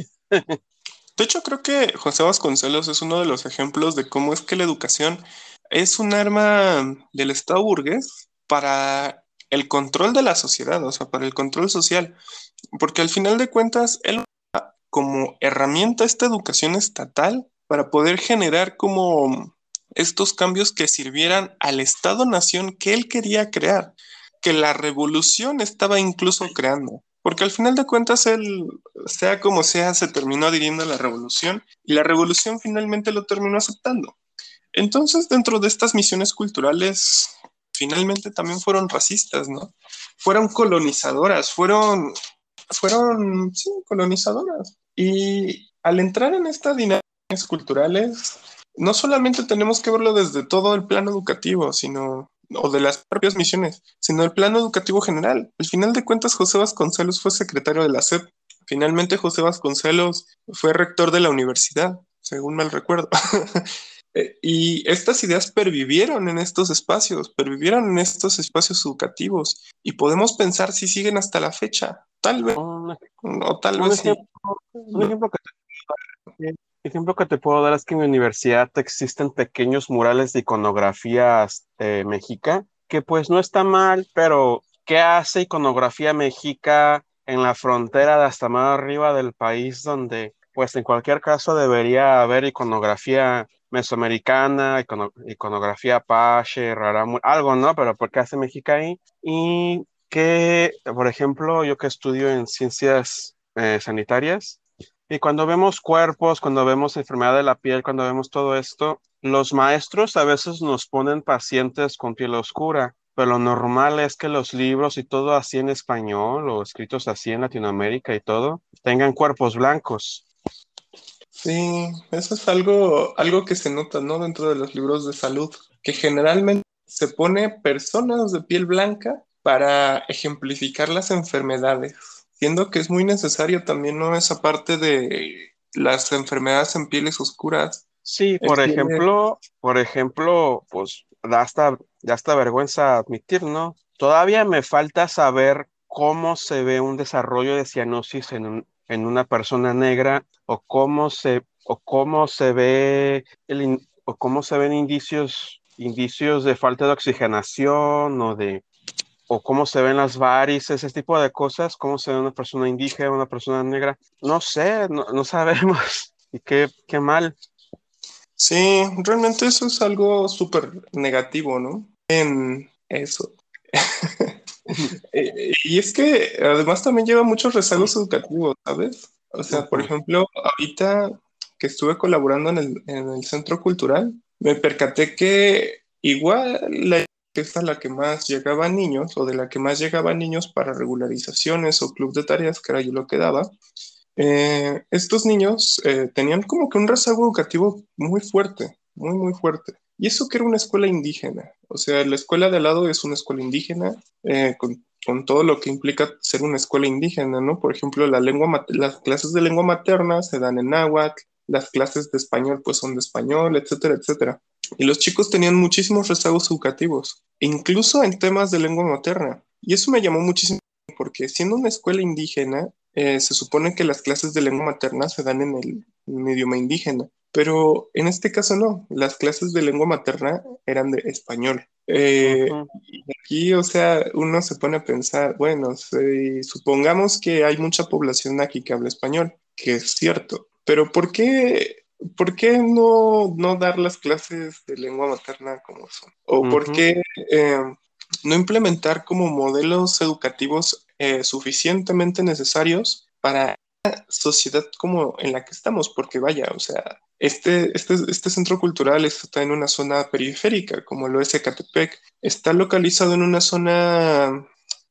de hecho, creo que José Vasconcelos es uno de los ejemplos de cómo es que la educación es un arma del Estado burgués para el control de la sociedad, o sea, para el control social, porque al final de cuentas, él como herramienta esta educación estatal para poder generar como estos cambios que sirvieran al Estado-nación que él quería crear, que la revolución estaba incluso creando. Porque al final de cuentas, él, sea como sea, se terminó adhiriendo a la revolución y la revolución finalmente lo terminó aceptando. Entonces, dentro de estas misiones culturales, finalmente también fueron racistas, ¿no? Fueron colonizadoras, sí, colonizadoras. Y al entrar en estas dinámicas culturales, no solamente tenemos que verlo desde todo el plano educativo, sino, o de las propias misiones, sino el plano educativo general. Al final de cuentas, José Vasconcelos fue secretario de la SEP. Finalmente, José Vasconcelos fue rector de la universidad, según mal recuerdo. Y estas ideas pervivieron en estos espacios, pervivieron en estos espacios educativos y podemos pensar si siguen hasta la fecha. Tal vez, un, o tal un vez sí. ejemplo, un ejemplo ejemplo que te puedo dar es que en mi universidad existen pequeños murales de iconografías mexica, que pues no está mal, pero ¿qué hace iconografía mexica en la frontera de hasta más arriba del país donde pues en cualquier caso debería haber iconografía mesoamericana, iconografía apache, rarámuri, algo, ¿no? Pero ¿por qué hace México ahí? Y que, por ejemplo, yo que estudio en ciencias sanitarias, y cuando vemos cuerpos, cuando vemos enfermedad de la piel, cuando vemos todo esto, los maestros a veces nos ponen pacientes con piel oscura, pero lo normal es que los libros y todo así en español o escritos así en Latinoamérica y todo, tengan cuerpos blancos. Sí, eso es algo que se nota, ¿no? Dentro de los libros de salud, que generalmente se pone personas de piel blanca para ejemplificar las enfermedades, siendo que es muy necesario también, ¿no? Esa parte de las enfermedades en pieles oscuras, Sí, en pieles. por ejemplo, pues da hasta vergüenza admitir, ¿no? Todavía me falta saber cómo se ve un desarrollo de cianosis en una persona negra o cómo se ve o cómo se ven indicios de falta de oxigenación o cómo se ven las varices, ese tipo de cosas, cómo se ve una persona indígena, una persona negra. No sé, no sabemos. Y qué mal. Sí, realmente eso es algo súper negativo, ¿no? En eso. Y es que además también lleva muchos rezagos educativos, ¿sabes? O sea, por Ujú, ejemplo, ahorita que estuve colaborando en el centro cultural, me percaté que igual que esta es la que más llegaba a niños, o de la que más llegaban niños para regularizaciones o club de tareas, que era yo lo que daba, estos niños tenían como que un rezago educativo muy fuerte, muy, muy fuerte. Y eso que era una escuela indígena. O sea, la escuela de al lado es una escuela indígena, con todo lo que implica ser una escuela indígena, ¿no? Por ejemplo, las clases de lengua materna se dan en náhuatl, las clases de español pues son de español, etcétera, etcétera. Y los chicos tenían muchísimos rezagos educativos, incluso en temas de lengua materna. Y eso me llamó muchísimo porque siendo una escuela indígena, se supone que las clases de lengua materna se dan en el idioma indígena, pero en este caso no, las clases de lengua materna eran de español. ujú. Y aquí, o sea, uno se pone a pensar, bueno, supongamos que hay mucha población aquí que habla español, que es cierto, pero ¿por qué no dar las clases de lengua materna como son? ¿O por Ujú, qué no implementar como modelos educativos suficientemente necesarios para la sociedad como en la que estamos? Porque vaya, o sea, este centro cultural está en una zona periférica, como lo es Ecatepec. Está localizado en una zona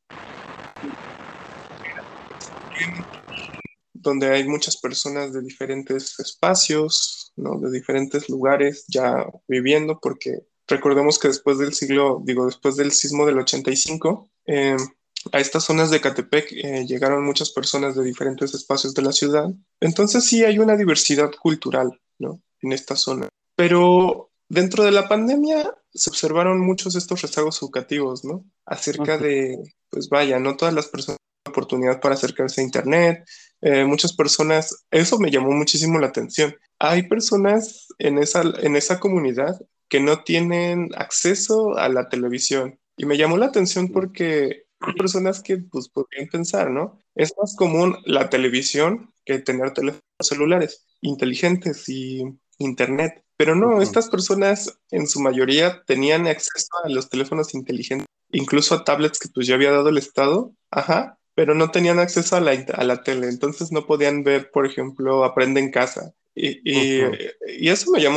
donde hay muchas personas de diferentes espacios, ¿no? De diferentes lugares ya viviendo, porque recordemos que después del sismo del 85, a estas zonas de Catepec llegaron muchas personas de diferentes espacios de la ciudad. Entonces sí hay una diversidad cultural, ¿no? En esta zona. Pero dentro de la pandemia se observaron muchos de estos rezagos educativos, ¿no? Acerca ujú. de, pues vaya, no todas las personas tienen oportunidad para acercarse a Internet. Muchas personas, eso me llamó muchísimo la atención. Hay personas en esa comunidad que no tienen acceso a la televisión. Y me llamó la atención porque hay personas que pues, podrían pensar, ¿no? Es más común la televisión que tener teléfonos celulares inteligentes y internet. Pero no, Ujú. estas personas en su mayoría tenían acceso a los teléfonos inteligentes, incluso a tablets que pues ya había dado el Estado, ajá, pero no tenían acceso a la tele, entonces no podían ver, por ejemplo, Aprende en Casa. Ujú. Y eso me llamó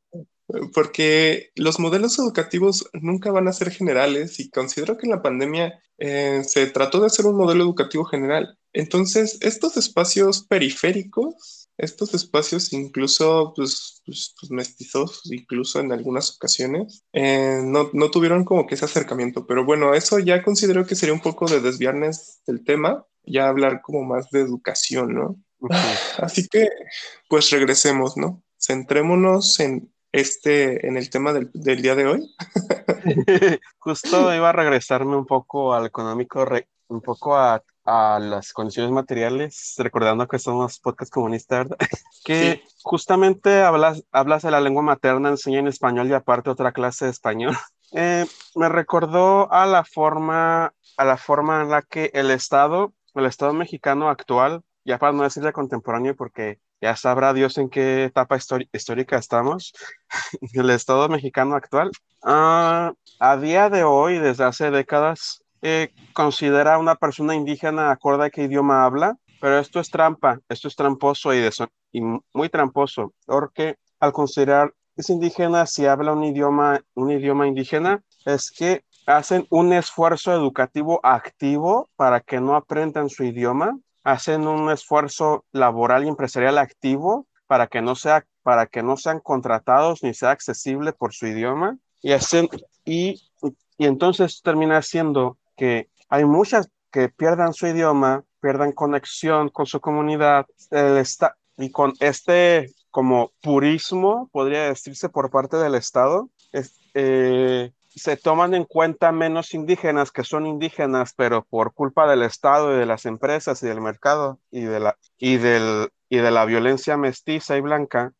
porque los modelos educativos nunca van a ser generales y considero que en la pandemia se trató de hacer un modelo educativo general. Entonces, estos espacios periféricos, estos espacios incluso pues, mestizos, incluso en algunas ocasiones, no tuvieron como que ese acercamiento. Pero bueno, eso ya considero que sería un poco de desviarnos del tema, ya hablar como más de educación, ¿no? Ujú. Así que, pues regresemos, ¿no? Centrémonos en el tema del día de hoy. Justo iba a regresarme un poco al económico, un poco a las condiciones materiales, recordando que somos podcast comunistas, ¿verdad? Que Sí, justamente hablas de la lengua materna, enseña en español y aparte otra clase de español. Me recordó a la forma en la que el Estado mexicano actual, ya para no decirle contemporáneo, porque ya sabrá Dios en qué etapa histórica estamos, el Estado mexicano actual. A día de hoy, desde hace décadas, considera a una persona indígena acorde a qué idioma habla, pero esto es trampa, esto es tramposo y muy tramposo, porque al considerar que es indígena, si habla un idioma indígena, es que hacen un esfuerzo educativo activo para que no aprendan su idioma, hacen un esfuerzo laboral y empresarial activo para que no sean contratados ni sea accesible por su idioma, y, y entonces termina siendo que hay muchas que pierdan su idioma, pierdan conexión con su comunidad, y con este como purismo, podría decirse, por parte del Estado, se toman en cuenta menos indígenas que son indígenas, pero por culpa del Estado y de las empresas y del mercado y de la violencia mestiza y blanca,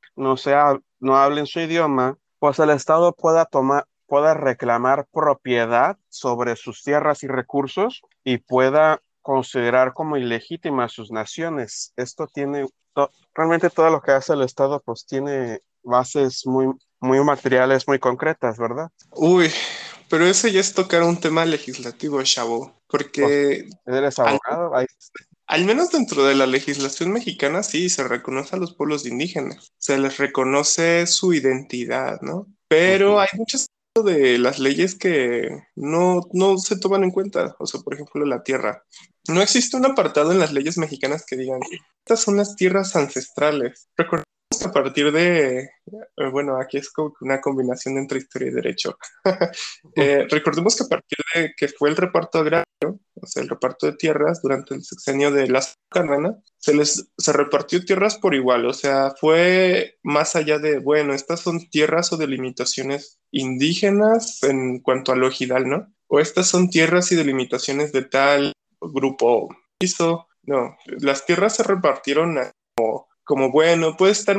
no hablen su idioma, pues el Estado pueda reclamar propiedad sobre sus tierras y recursos y pueda considerar como ilegítimas sus naciones. Realmente todo lo que hace el Estado pues tiene bases muy materiales, muy concretas, ¿verdad? Uy, pero ese ya es tocar un tema legislativo, chavo, Pues, porque ¿eres al, abogado? Ahí, al menos dentro de la legislación mexicana sí se reconoce a los pueblos indígenas, se les reconoce su identidad, ¿no? Pero ujú. hay muchas de las leyes que no se toman en cuenta, o sea, por ejemplo, la tierra. No existe un apartado en las leyes mexicanas que digan, estas son las tierras ancestrales. Recordemos que a partir de, bueno, aquí es como que una combinación entre historia y derecho. Recordemos que a partir de que fue el reparto agrario, o sea, el reparto de tierras durante el sexenio de Lázaro Cárdenas, se repartió tierras por igual, o sea, fue más allá de, bueno, estas son tierras o delimitaciones indígenas en cuanto a lo ejidal, ¿no? O estas son tierras y delimitaciones de tal grupo hizo, no, las tierras se repartieron como bueno, puede estar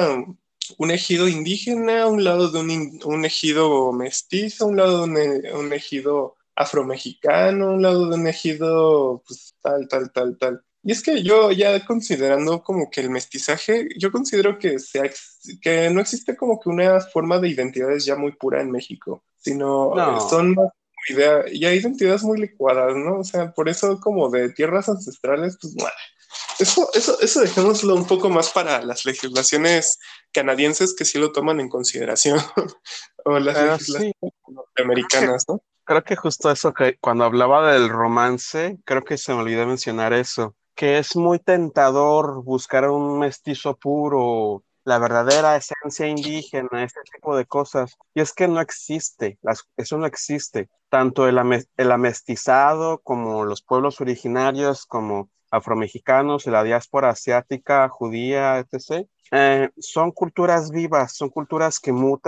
un ejido indígena, a un lado de un ejido mestizo, a un lado de un ejido afromexicano, a un lado de un ejido pues, tal. Y es que yo ya considerando como que el mestizaje, yo considero que no existe como que una forma de identidades ya muy pura en México, sino No, son más y hay identidades muy licuadas, ¿no? O sea, por eso como de tierras ancestrales, pues bueno, eso dejémoslo un poco más para las legislaciones canadienses que sí lo toman en consideración, o las pero sí, legislaciones norteamericanas, ¿no? creo que justo eso que cuando hablaba del romance, creo que se me olvidó mencionar eso, que es muy tentador buscar un mestizo puro, la verdadera esencia indígena, este tipo de cosas. Y es que no existe, eso no existe. Tanto el amestizado como los pueblos originarios, como afromexicanos y la diáspora asiática, judía, etc. Son culturas vivas, son culturas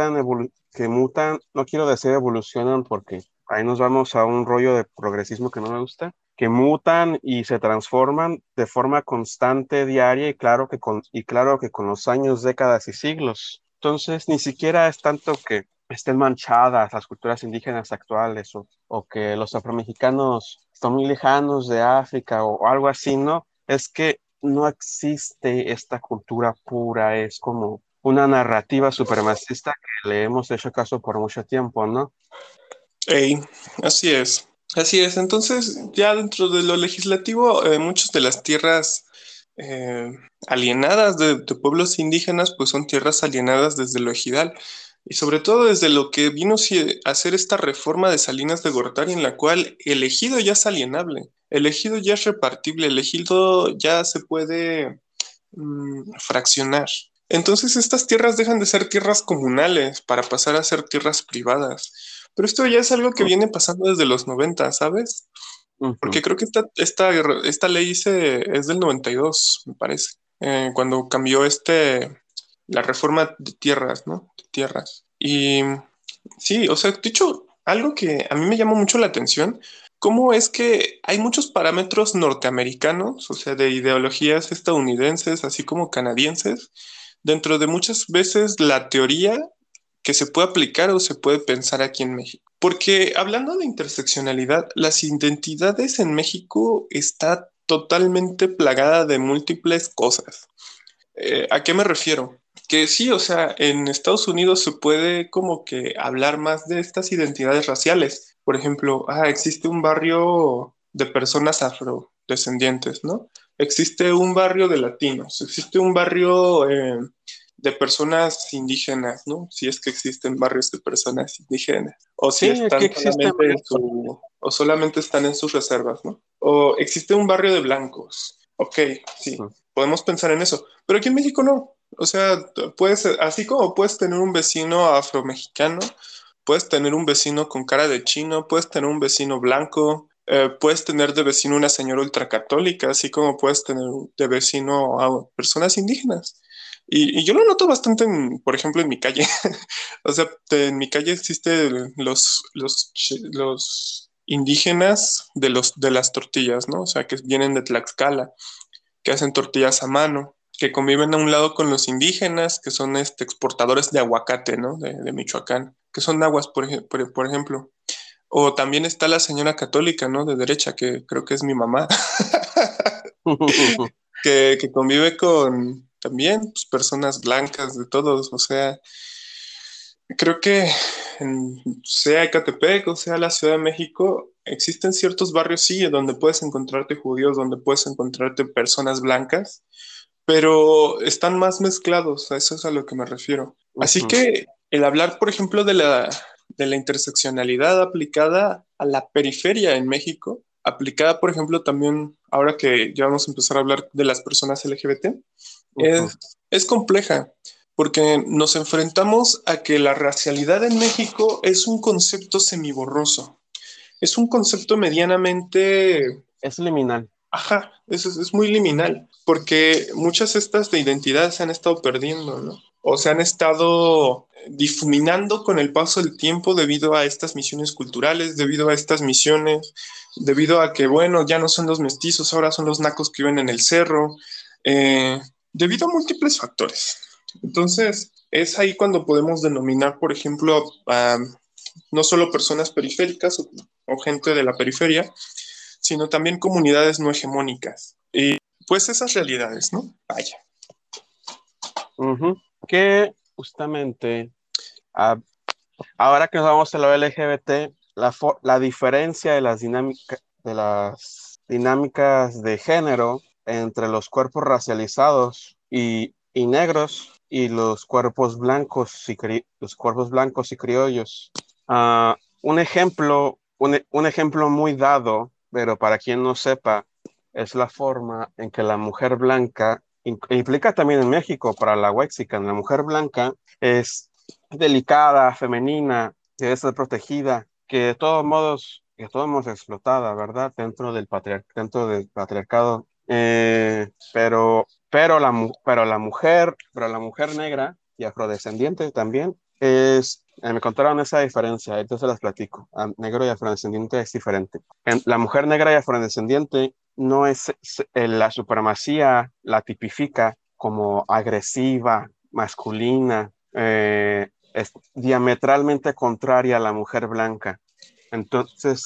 que mutan, no quiero decir evolucionan porque ahí nos vamos a un rollo de progresismo que no me gusta, que mutan y se transforman de forma constante, diaria, y claro que con los años, décadas y siglos. Entonces, ni siquiera es tanto que estén manchadas las culturas indígenas actuales o que los afromexicanos están muy lejanos de África o algo así, ¿no? Es que no existe esta cultura pura, es como una narrativa supremacista que le hemos hecho caso por mucho tiempo, ¿no? Ey, así es. Así es. Entonces, ya dentro de lo legislativo, muchas de las tierras eh, alienadas de pueblos indígenas, pues son tierras alienadas desde lo ejidal. Y sobre todo desde lo que vino a hacer esta reforma de Salinas de Gortari, en la cual el ejido ya es alienable, el ejido ya es repartible, el ejido ya se puede fraccionar. Entonces estas tierras dejan de ser tierras comunales para pasar a ser tierras privadas. Pero esto ya es algo que viene pasando desde los 90, ¿sabes? Porque Ujú. creo que esta ley es del 92, me parece, cuando cambió la reforma de tierras, ¿no? De tierras. Y sí, o sea, de hecho, algo que a mí me llama mucho la atención, cómo es que hay muchos parámetros norteamericanos, o sea, de ideologías estadounidenses, así como canadienses, dentro de muchas veces la teoría que se puede aplicar o se puede pensar aquí en México. Porque hablando de interseccionalidad, las identidades en México está totalmente plagada de múltiples cosas. ¿A qué me refiero? Que sí, o sea, en Estados Unidos se puede como que hablar más de estas identidades raciales. Por ejemplo, existe un barrio de personas afrodescendientes, ¿no? Existe un barrio de latinos, existe un barrio de personas indígenas, ¿no? Si es que existen barrios de personas indígenas, o si Sí, aquí están existen solamente varias personas. o solamente están en sus reservas, ¿no? O existe un barrio de blancos. Ok, sí, Ujú. podemos pensar en eso, pero aquí en México no. O sea, puedes, así como puedes tener un vecino afromexicano, puedes tener un vecino con cara de chino, puedes tener un vecino blanco, puedes tener de vecino una señora ultracatólica, así como puedes tener de vecino a personas indígenas. Y yo lo noto bastante, por ejemplo, en mi calle. O sea, en mi calle existen los indígenas de las tortillas, ¿no? O sea, que vienen de Tlaxcala, que hacen tortillas a mano, que conviven a un lado con los indígenas, que son exportadores de aguacate, ¿no? De Michoacán, que son nahuas, por ejemplo. O también está la señora católica, ¿no? De derecha, que creo que es mi mamá, que convive con también pues, personas blancas de todos. O sea, creo que sea Ecatepec o sea la Ciudad de México, existen ciertos barrios, sí, donde puedes encontrarte judíos, donde puedes encontrarte personas blancas, pero están más mezclados, a eso es a lo que me refiero. Así Ujú. que el hablar, por ejemplo, de la interseccionalidad aplicada a la periferia en México, aplicada, por ejemplo, también, ahora que ya vamos a empezar a hablar de las personas LGBT, Ujú. es compleja, porque nos enfrentamos a que la racialidad en México es un concepto semiborroso, es un concepto medianamente. Es liminal. Ajá, eso es muy liminal, porque muchas estas de identidades se han estado perdiendo, ¿no? O se han estado difuminando con el paso del tiempo debido a estas misiones culturales, debido a estas misiones, debido a que, bueno, ya no son los mestizos, ahora son los nacos que viven en el cerro, debido a múltiples factores. Entonces, es ahí cuando podemos denominar, por ejemplo, a no solo personas periféricas o gente de la periferia, sino también comunidades no hegemónicas. Y pues esas realidades, ¿no? Vaya. Ujú. Que justamente, ah, ahora que nos vamos a lo LGBT, la diferencia de las dinámicas de género entre los cuerpos racializados y negros y los cuerpos blancos los cuerpos blancos y criollos. Un ejemplo muy dado, pero para quien no sepa, es la forma en que la mujer blanca, implica también en México para la Wexican, la mujer blanca es delicada, femenina, que debe ser protegida, que de todos modos explotada, ¿verdad? Dentro del patriarcado. Pero la mujer negra y afrodescendiente también me contaron esa diferencia, entonces las platico. Negro y afrodescendiente es diferente. La mujer negra y afrodescendiente no la supremacía la tipifica como agresiva, masculina, es diametralmente contraria a la mujer blanca. Entonces,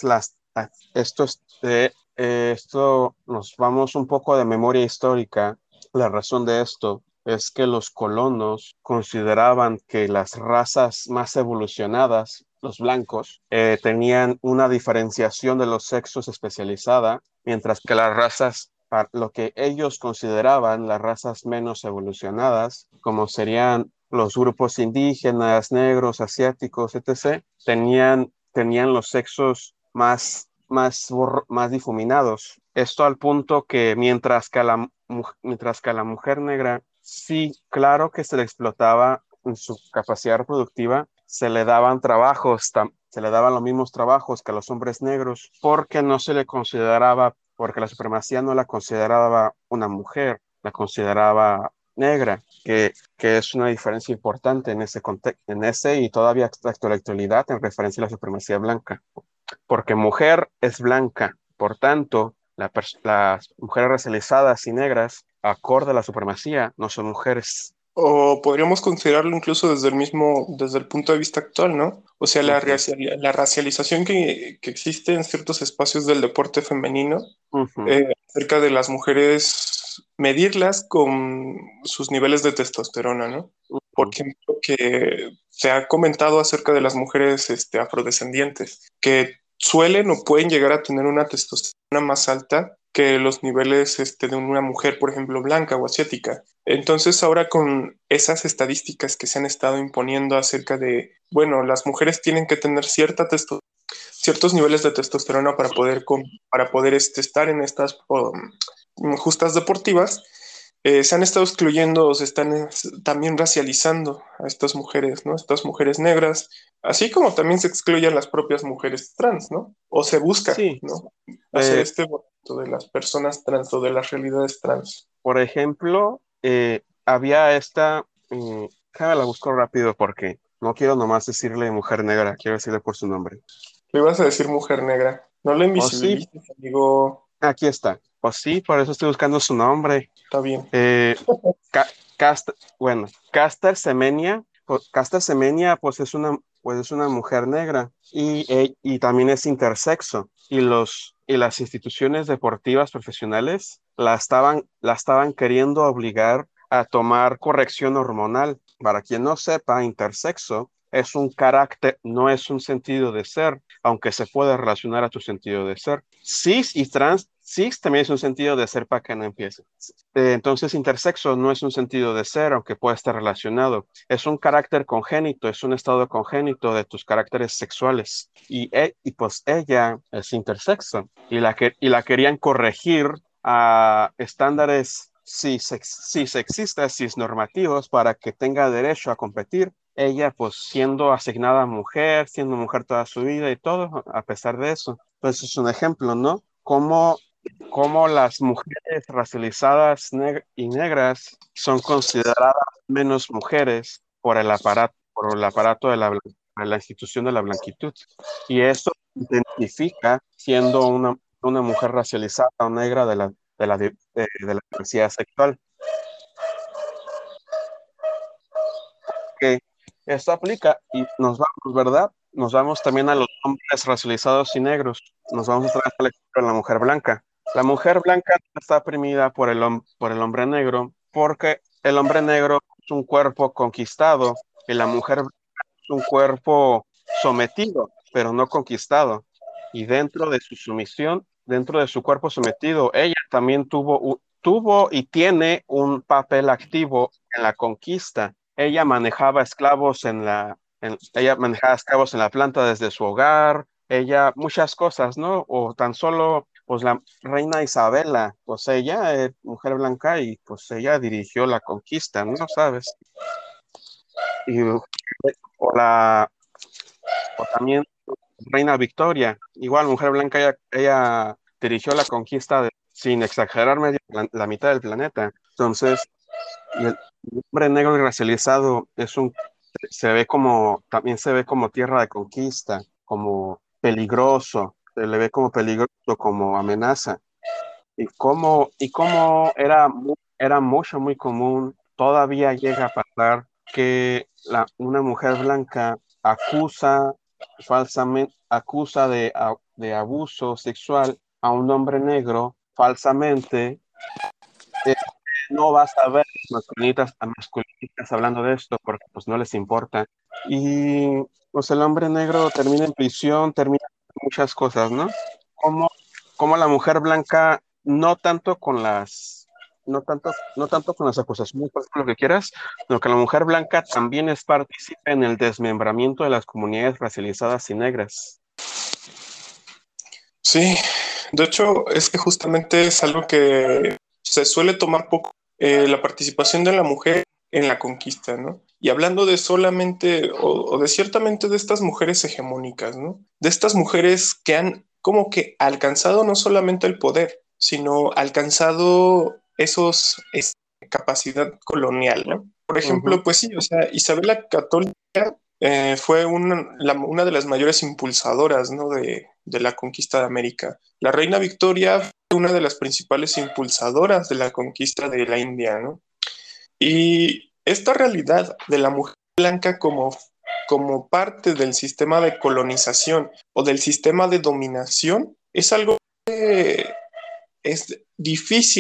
esto nos vamos un poco de memoria histórica. La razón de esto es que los colonos consideraban que las razas más evolucionadas, los blancos, tenían una diferenciación de los sexos especializada, mientras que lo que ellos consideraban las razas menos evolucionadas, como serían los grupos indígenas, negros, asiáticos, etc., tenían los sexos más difuminados. Esto al punto que mientras que a la mujer negra, sí, claro que se le explotaba en su capacidad reproductiva, se le daban los mismos trabajos que a los hombres negros, porque no se le consideraba, porque la supremacía no la consideraba una mujer, la consideraba negra, que es una diferencia importante en ese contexto, en ese y todavía hasta la actualidad en referencia a la supremacía blanca, porque mujer es blanca, por tanto, las mujeres racializadas y negras, acorde a la supremacía, no son mujeres. O podríamos considerarlo incluso desde el punto de vista actual, ¿no? O sea, Ujú, la racialización que existe en ciertos espacios del deporte femenino ujú, acerca de las mujeres podemos medirlas con sus niveles de testosterona, ¿no? Por ejemplo, que se ha comentado acerca de las mujeres afrodescendientes, que suelen o pueden llegar a tener una testosterona más alta que los niveles de una mujer, por ejemplo, blanca o asiática. Entonces, ahora con esas estadísticas que se han estado imponiendo acerca de, bueno, las mujeres tienen que tener ciertos niveles de testosterona para poder estar en estas justas deportivas, se han estado excluyendo, se están también racializando a estas mujeres, ¿no? Estas mujeres negras, así como también se excluyen las propias mujeres trans, ¿no? O se busca, Sí, ¿no? Hacer eh, este voto de las personas trans o de las realidades trans. por ejemplo, había esta, déjame la busco rápido porque no quiero nomás decirle mujer negra, quiero decirle por su nombre. Le ibas a decir mujer negra. No la O sí, invisibilices, amigo. aquí está. O sí, por eso estoy buscando su nombre. Está bien. Eh, bueno, Caster Semenya, pues es una mujer negra y también es intersexo. Y las instituciones deportivas profesionales la estaban queriendo obligar a tomar corrección hormonal. Para quien no sepa, intersexo es un carácter, no es un sentido de ser, aunque se puede relacionar a tu sentido de ser. Cis y trans, cis también es un sentido de ser para que no empiece. Entonces, intersexo no es un sentido de ser, aunque pueda estar relacionado. Es un carácter congénito, es un estado congénito de tus caracteres sexuales. Y pues ella es intersexo y la querían corregir a estándares cis-sexistas, cis-normativos para que tenga derecho a competir. Ella, pues siendo asignada mujer, siendo mujer toda su vida y todo, a pesar de eso. Pues es un ejemplo, ¿no? Cómo las mujeres racializadas y negras son consideradas menos mujeres por el aparato de la institución de la blanquitud. Y eso identifica siendo una mujer racializada o negra de la diversidad sexual. Que esto aplica y nos vamos, ¿verdad? Nos vamos también a los hombres racializados y negros. Nos vamos otra vez al ejemplo de la mujer blanca. La mujer blanca está oprimida por el hombre negro porque el hombre negro es un cuerpo conquistado y la mujer blanca es un cuerpo sometido, pero no conquistado. Y dentro de su sumisión, dentro de su cuerpo sometido, ella también tuvo y tiene un papel activo en la conquista. Ella manejaba esclavos en la planta desde su hogar, ella, muchas cosas, ¿no? O tan solo, pues la reina Isabela, pues ella es mujer blanca y pues ella dirigió la conquista, ¿no? ¿Sabes? Y, o también Reina Victoria, igual mujer blanca, ella dirigió la conquista sin exagerar, la mitad del planeta. Entonces, y el hombre negro y racializado también se ve como tierra de conquista, como peligroso, se le ve como peligroso, como amenaza. Y cómo era mucho, muy común, todavía llega a pasar que una mujer blanca acusa de abuso sexual a un hombre negro falsamente. eh, no vas a ver a masculinistas hablando de esto porque pues no les importa. Y pues el hombre negro termina en prisión, termina con muchas cosas, ¿no? Como, como la mujer blanca, no tanto con las acusaciones, por lo que quieras, sino que la mujer blanca también es partícipe en el desmembramiento de las comunidades racializadas y negras. Sí, de hecho, es que justamente es algo que se suele tomar poco, la participación de la mujer en la conquista, ¿no? Y hablando de solamente, o de ciertamente de estas mujeres hegemónicas, ¿no? De estas mujeres que han como que alcanzado no solamente el poder, sino alcanzado esa capacidad colonial, ¿no? Por Ujú. ejemplo, pues sí, o sea, Isabel la Católica fue una de las mayores impulsadoras, ¿no? de la conquista de América. La reina Victoria fue una de las principales impulsadoras de la conquista de la India, ¿no? Y esta realidad de la mujer blanca como parte del sistema de colonización o del sistema de dominación es algo que es difícil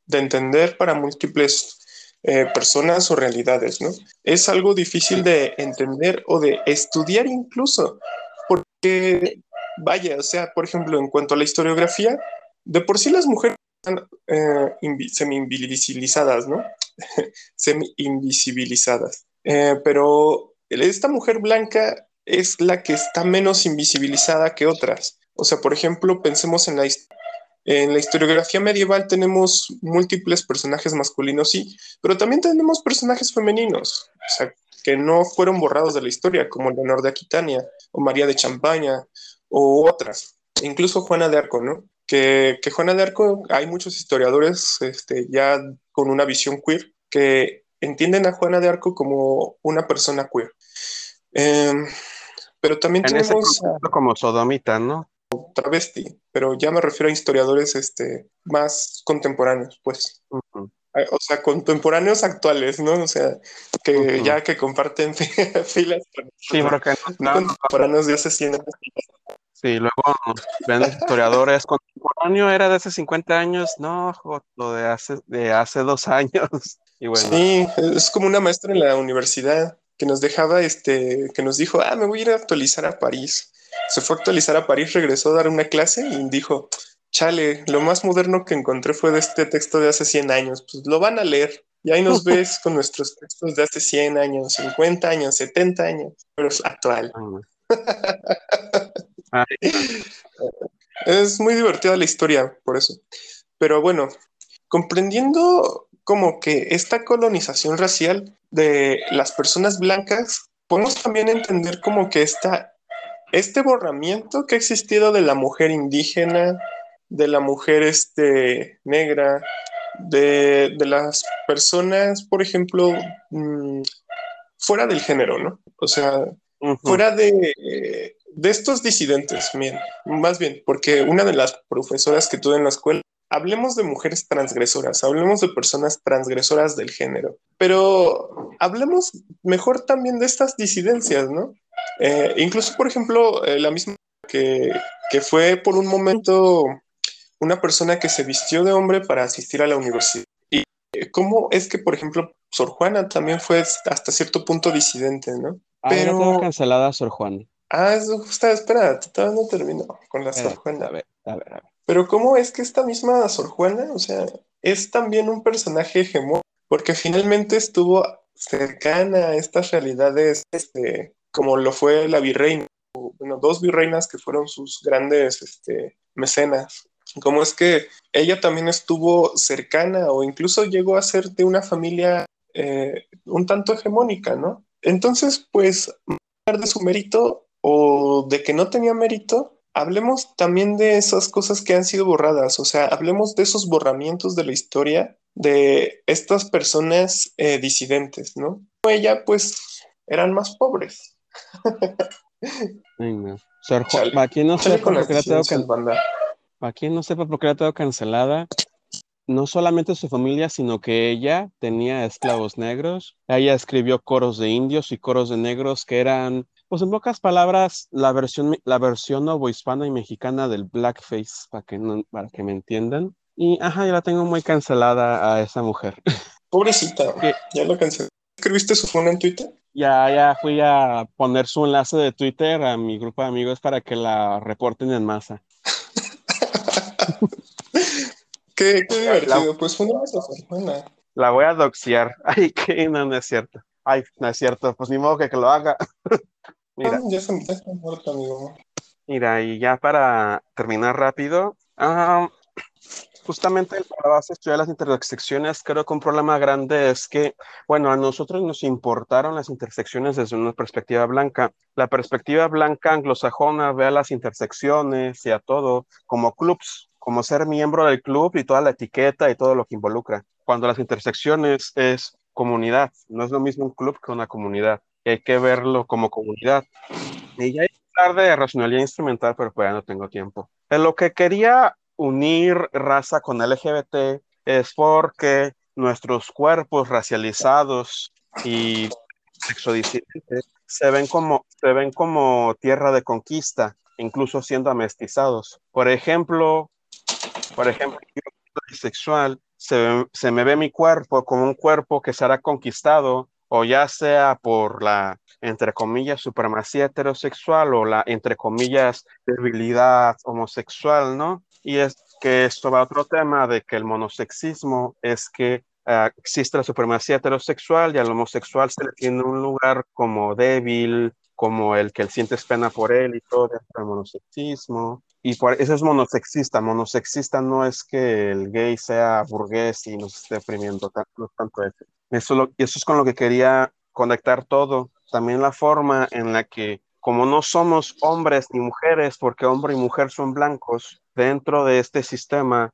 de entender para múltiples personas o realidades, ¿no? Es algo difícil de entender o de estudiar incluso, porque, vaya, o sea, por ejemplo, en cuanto a la historiografía, de por sí las mujeres están semi-invisibilizadas, ¿no? Semi-invisibilizadas. Pero esta mujer blanca es la que está menos invisibilizada que otras. O sea, por ejemplo, pensemos en la historiografía medieval tenemos múltiples personajes masculinos, sí, pero también tenemos personajes femeninos, o sea, que no fueron borrados de la historia, como Leonor de Aquitania, o María de Champaña, o otras, e incluso Juana de Arco, ¿no? Que Juana de Arco, hay muchos historiadores ya con una visión queer que entienden a Juana de Arco como una persona queer. Eh, pero también En ese tenemos contexto como sodomita, ¿no? travesti, pero ya me refiero a historiadores más contemporáneos, pues. Ujú, O sea, contemporáneos actuales, ¿no? O sea, que ujú. ya que comparten filas con Sí, nosotros, porque no contemporáneos de hace 100 años. sí, luego ven los historiadores contemporáneo era de hace 50 años, no, lo de hace 2 años. Y bueno, Sí, es como una maestra en la universidad que nos dejaba, que nos dijo, me voy a ir a actualizar a París. Se fue a actualizar a París, regresó a dar una clase y dijo, chale, lo más moderno que encontré fue de este texto de hace 100 años, pues lo van a leer. Y ahí nos ves con nuestros textos de hace 100 años, 50 años, 70 años, pero es actual. ay, Es muy divertida la historia, por eso. Pero bueno, comprendiendo como que esta colonización racial de las personas blancas, podemos también entender como que este borramiento que ha existido de la mujer indígena, de la mujer negra, de las personas, por ejemplo, fuera del género, ¿no? O sea, ujú. fuera de estos disidentes, bien, más bien, porque una de las profesoras que tuve en la escuela, hablemos de mujeres transgresoras, hablemos de personas transgresoras del género, pero hablemos mejor también de estas disidencias, ¿no? Incluso, por ejemplo, la misma que, que fue por un momento una persona que se vistió de hombre para asistir a la universidad. ¿Cómo es que, por ejemplo, Sor Juana también fue hasta cierto punto disidente, ¿no? Ah, ya tengo Pero, cancelada a Sor Juana. espera, todavía no termino con la Sor Espérate, a Juana. ver, a ver, a ver. Pero ¿cómo es que esta misma Sor Juana, o sea, es también un personaje hegemónico? Porque finalmente estuvo cercana a estas realidades, como lo fue la virreina, o, bueno, dos virreinas que fueron sus grandes, mecenas. ¿Cómo es que ella también estuvo cercana o incluso llegó a ser de una familia un tanto hegemónica, ¿no? Entonces, pues, hablar de su mérito o de que no tenía mérito, hablemos también de esas cosas que han sido borradas, o sea, hablemos de esos borramientos de la historia de estas personas disidentes, ¿no? Ella, pues, eran más pobres. Venga. Chale, Aquí no chale sepa con por las qué la tengo disidencias, banda. aquí no sepa por qué la tengo cancelada. No solamente su familia, sino que ella tenía esclavos negros. Ella escribió coros de indios y coros de negros que eran, pues en pocas palabras, la versión novohispana y mexicana del blackface, para que me entiendan. Y ajá, yo la tengo muy cancelada a esa mujer. Pobrecita, Que ya lo cancelé. ¿Escribiste su phone en Twitter? ya fui a poner su enlace de Twitter a mi grupo de amigos para que la reporten en masa. Qué La, divertido, pues fue una semana. la voy a doxear. Ay, que no, no es cierto. Ay, no es cierto. Pues ni modo que lo haga. Mira. Ya se muerto, amigo. Mira, y ya para terminar rápido, justamente para base de estudiar las intersecciones, creo que un problema grande es que, bueno, a nosotros nos importaron las intersecciones desde una perspectiva blanca. La perspectiva blanca anglosajona ve a las intersecciones y a todo como clubs, como ser miembro del club y toda la etiqueta y todo lo que involucra, cuando las intersecciones es comunidad, no es lo mismo un club que una comunidad, y hay que verlo como comunidad. Y ya es tarde de racionalidad instrumental, pero pues ya no tengo tiempo. En lo que quería unir raza con LGBT es porque nuestros cuerpos racializados y sexodisidentes se ven como tierra de conquista, incluso siendo amestizados. Por ejemplo, yo soy bisexual se me ve mi cuerpo como un cuerpo que será conquistado, o ya sea por la, entre comillas, supremacía heterosexual o la, entre comillas, debilidad homosexual, ¿no? Y es que esto va a otro tema de que el monosexismo es que existe la supremacía heterosexual y al homosexual se le tiene un lugar como débil, como el que él sientes pena por él y todo dentro del monosexismo. Y eso es monosexista. Monosexista no es que el gay sea burgués y nos esté oprimiendo, no tanto eso. Eso es con lo que quería conectar todo. También la forma en la que, como no somos hombres ni mujeres, porque hombre y mujer son blancos, dentro de este sistema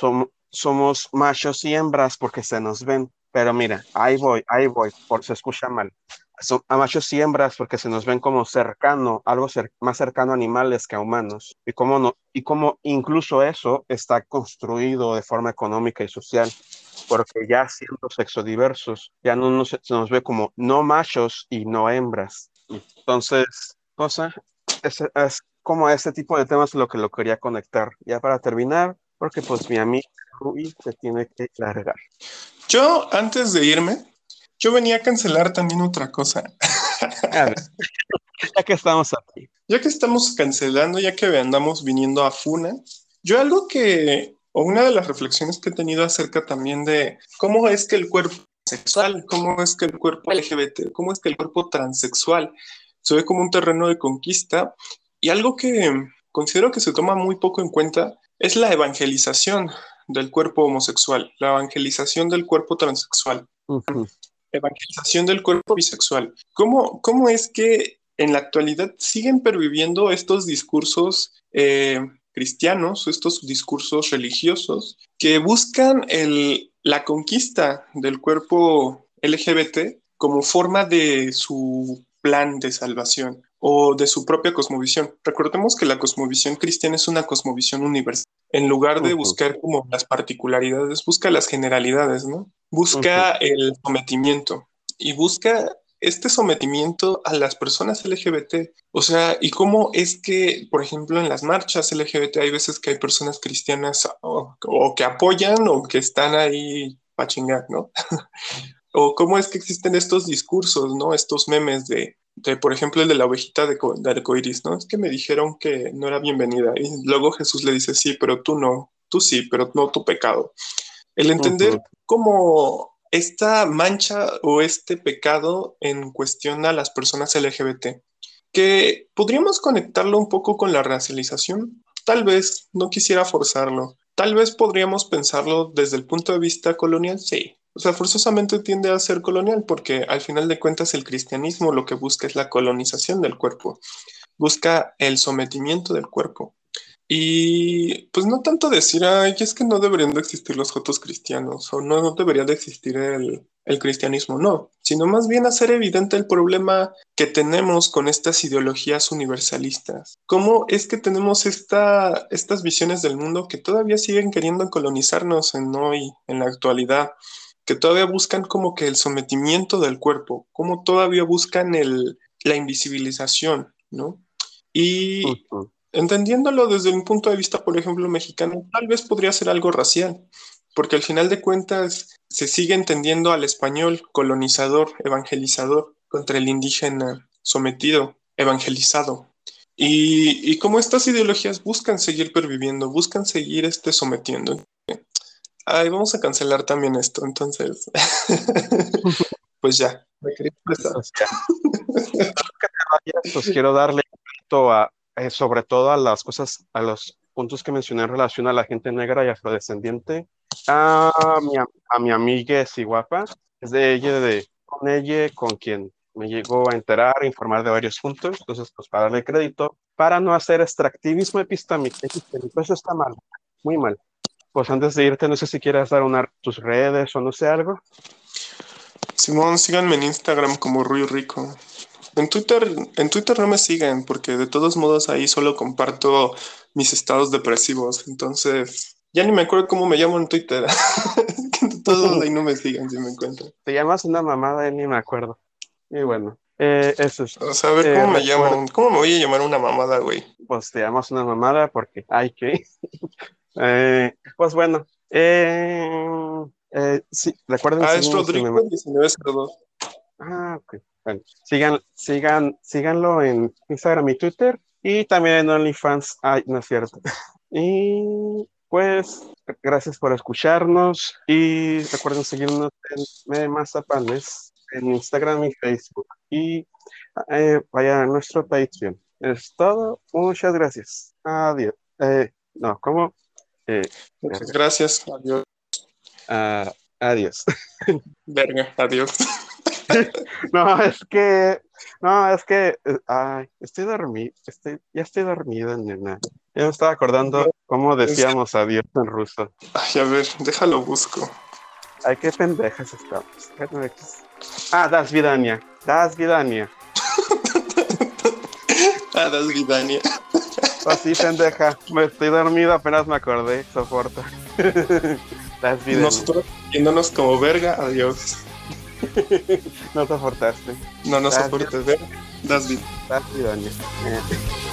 somos machos y hembras porque se nos ven. Pero mira, ahí voy, por se escucha mal. Son a machos y hembras porque se nos ven como cercano, algo más cercano a animales que a humanos. Y cómo incluso eso está construido de forma económica y social, porque ya siendo sexodiversos, ya no se nos ve como no machos y no hembras. Entonces, cosa, es como este tipo de temas lo que lo quería conectar. Ya para terminar, porque pues mi amigo Rui se tiene que largar. Yo, antes de irme, yo venía a cancelar también otra cosa. A ver, ya que estamos aquí. Ya que estamos cancelando, ya que andamos viniendo a Funa, yo algo que, o una de las reflexiones que he tenido acerca también de cómo es que el cuerpo sexual, cómo es que el cuerpo LGBT, cómo es que el cuerpo transexual se ve como un terreno de conquista, y algo que considero que se toma muy poco en cuenta es la evangelización del cuerpo homosexual, la evangelización del cuerpo transexual, Ujú. evangelización del cuerpo bisexual. ¿Cómo es que en la actualidad siguen perviviendo estos discursos cristianos, estos discursos religiosos que buscan la conquista del cuerpo LGBT como forma de su plan de salvación o de su propia cosmovisión? Recordemos que la cosmovisión cristiana es una cosmovisión universal. En lugar de Ujú, buscar como las particularidades, busca las generalidades, ¿no? ujú, Busca el sometimiento y busca este sometimiento a las personas LGBT. O sea, y cómo es que, por ejemplo, en las marchas LGBT hay veces que hay personas cristianas o que apoyan o que están ahí para chingar, ¿no? O cómo es que existen estos discursos, ¿no? Estos memes por ejemplo, el de la ovejita de arcoiris, ¿no? Es que me dijeron que no era bienvenida. Y luego Jesús le dice, sí, pero tú no. Tú sí, pero no tu pecado. El entender ujú. cómo esta mancha o este pecado en cuestión a las personas LGBT, que podríamos conectarlo un poco con la racialización. Tal vez, no quisiera forzarlo. Tal vez podríamos pensarlo desde el punto de vista colonial, sí. O sea, forzosamente tiende a ser colonial porque al final de cuentas el cristianismo lo que busca es la colonización del cuerpo, busca el sometimiento del cuerpo. Y pues no tanto decir, ay, es que no deberían de existir los jotos cristianos o no debería de existir el cristianismo, no, sino más bien hacer evidente el problema que tenemos con estas ideologías universalistas. ¿Cómo es que tenemos estas visiones del mundo que todavía siguen queriendo colonizarnos en hoy, en la actualidad? Que todavía buscan como que el sometimiento del cuerpo, como todavía buscan la invisibilización, ¿no? Y Ujú. entendiéndolo desde un punto de vista, por ejemplo, mexicano, tal vez podría ser algo racial, porque al final de cuentas se sigue entendiendo al español colonizador, evangelizador, contra el indígena sometido, evangelizado. Y cómo estas ideologías buscan seguir perviviendo, buscan seguir sometiendo. Ay, vamos a cancelar también esto, entonces, pues ya, me quería expresar. Pues ya. Pues quiero darle crédito sobre todo a las cosas, a los puntos que mencioné en relación a la gente negra y afrodescendiente. A mi amiga Siguapa, es de ella, con ella, con quien me llegó a enterar, a informar de varios puntos. Entonces, pues para darle crédito, para no hacer extractivismo epistémico, eso está mal, muy mal. Pues antes de irte, no sé si quieres dar tus redes o no sé algo. Simón, síganme en Instagram como Rui Rico. En Twitter no me siguen porque de todos modos ahí solo comparto mis estados depresivos. Entonces, ya ni me acuerdo cómo me llamo en Twitter. De todos modos ahí no me sigan si me encuentran. Te llamas una mamada, ni me acuerdo. Y bueno, eso es. O sea, a ver cómo me Recuerda, llamo. ¿Cómo me voy a llamar una mamada, güey? pues te llamas una mamada porque hay que. Pues bueno, Sí, recuerden Es seguirnos en Rodrigo 1902. ok. Bueno, síganlo en Instagram y Twitter y también en OnlyFans. Ay, no es cierto. Y pues, gracias por escucharnos y recuerden seguirnos en Mazapanes en Instagram y Facebook. Y vaya a nuestro Patreon. Es todo. Muchas gracias. Adiós. No, ¿cómo? Muchas Verga. gracias. Adiós. Ah, adiós. Verga, adiós. No, ay, estoy dormido, ya estoy dormido, nena. Ya me estaba acordando cómo decíamos adiós en ruso. Ay, a ver, déjalo busco. Ay, qué pendejas estamos. Bueno, das vidania, das vidania. Das Vidania. Así, pendeja, me estoy dormido, apenas me acordé, soporta. Das vidania. Nosotros yéndonos como verga, adiós. No soportaste. No nos Das, soportes, verga. Das Vidania. das vidania.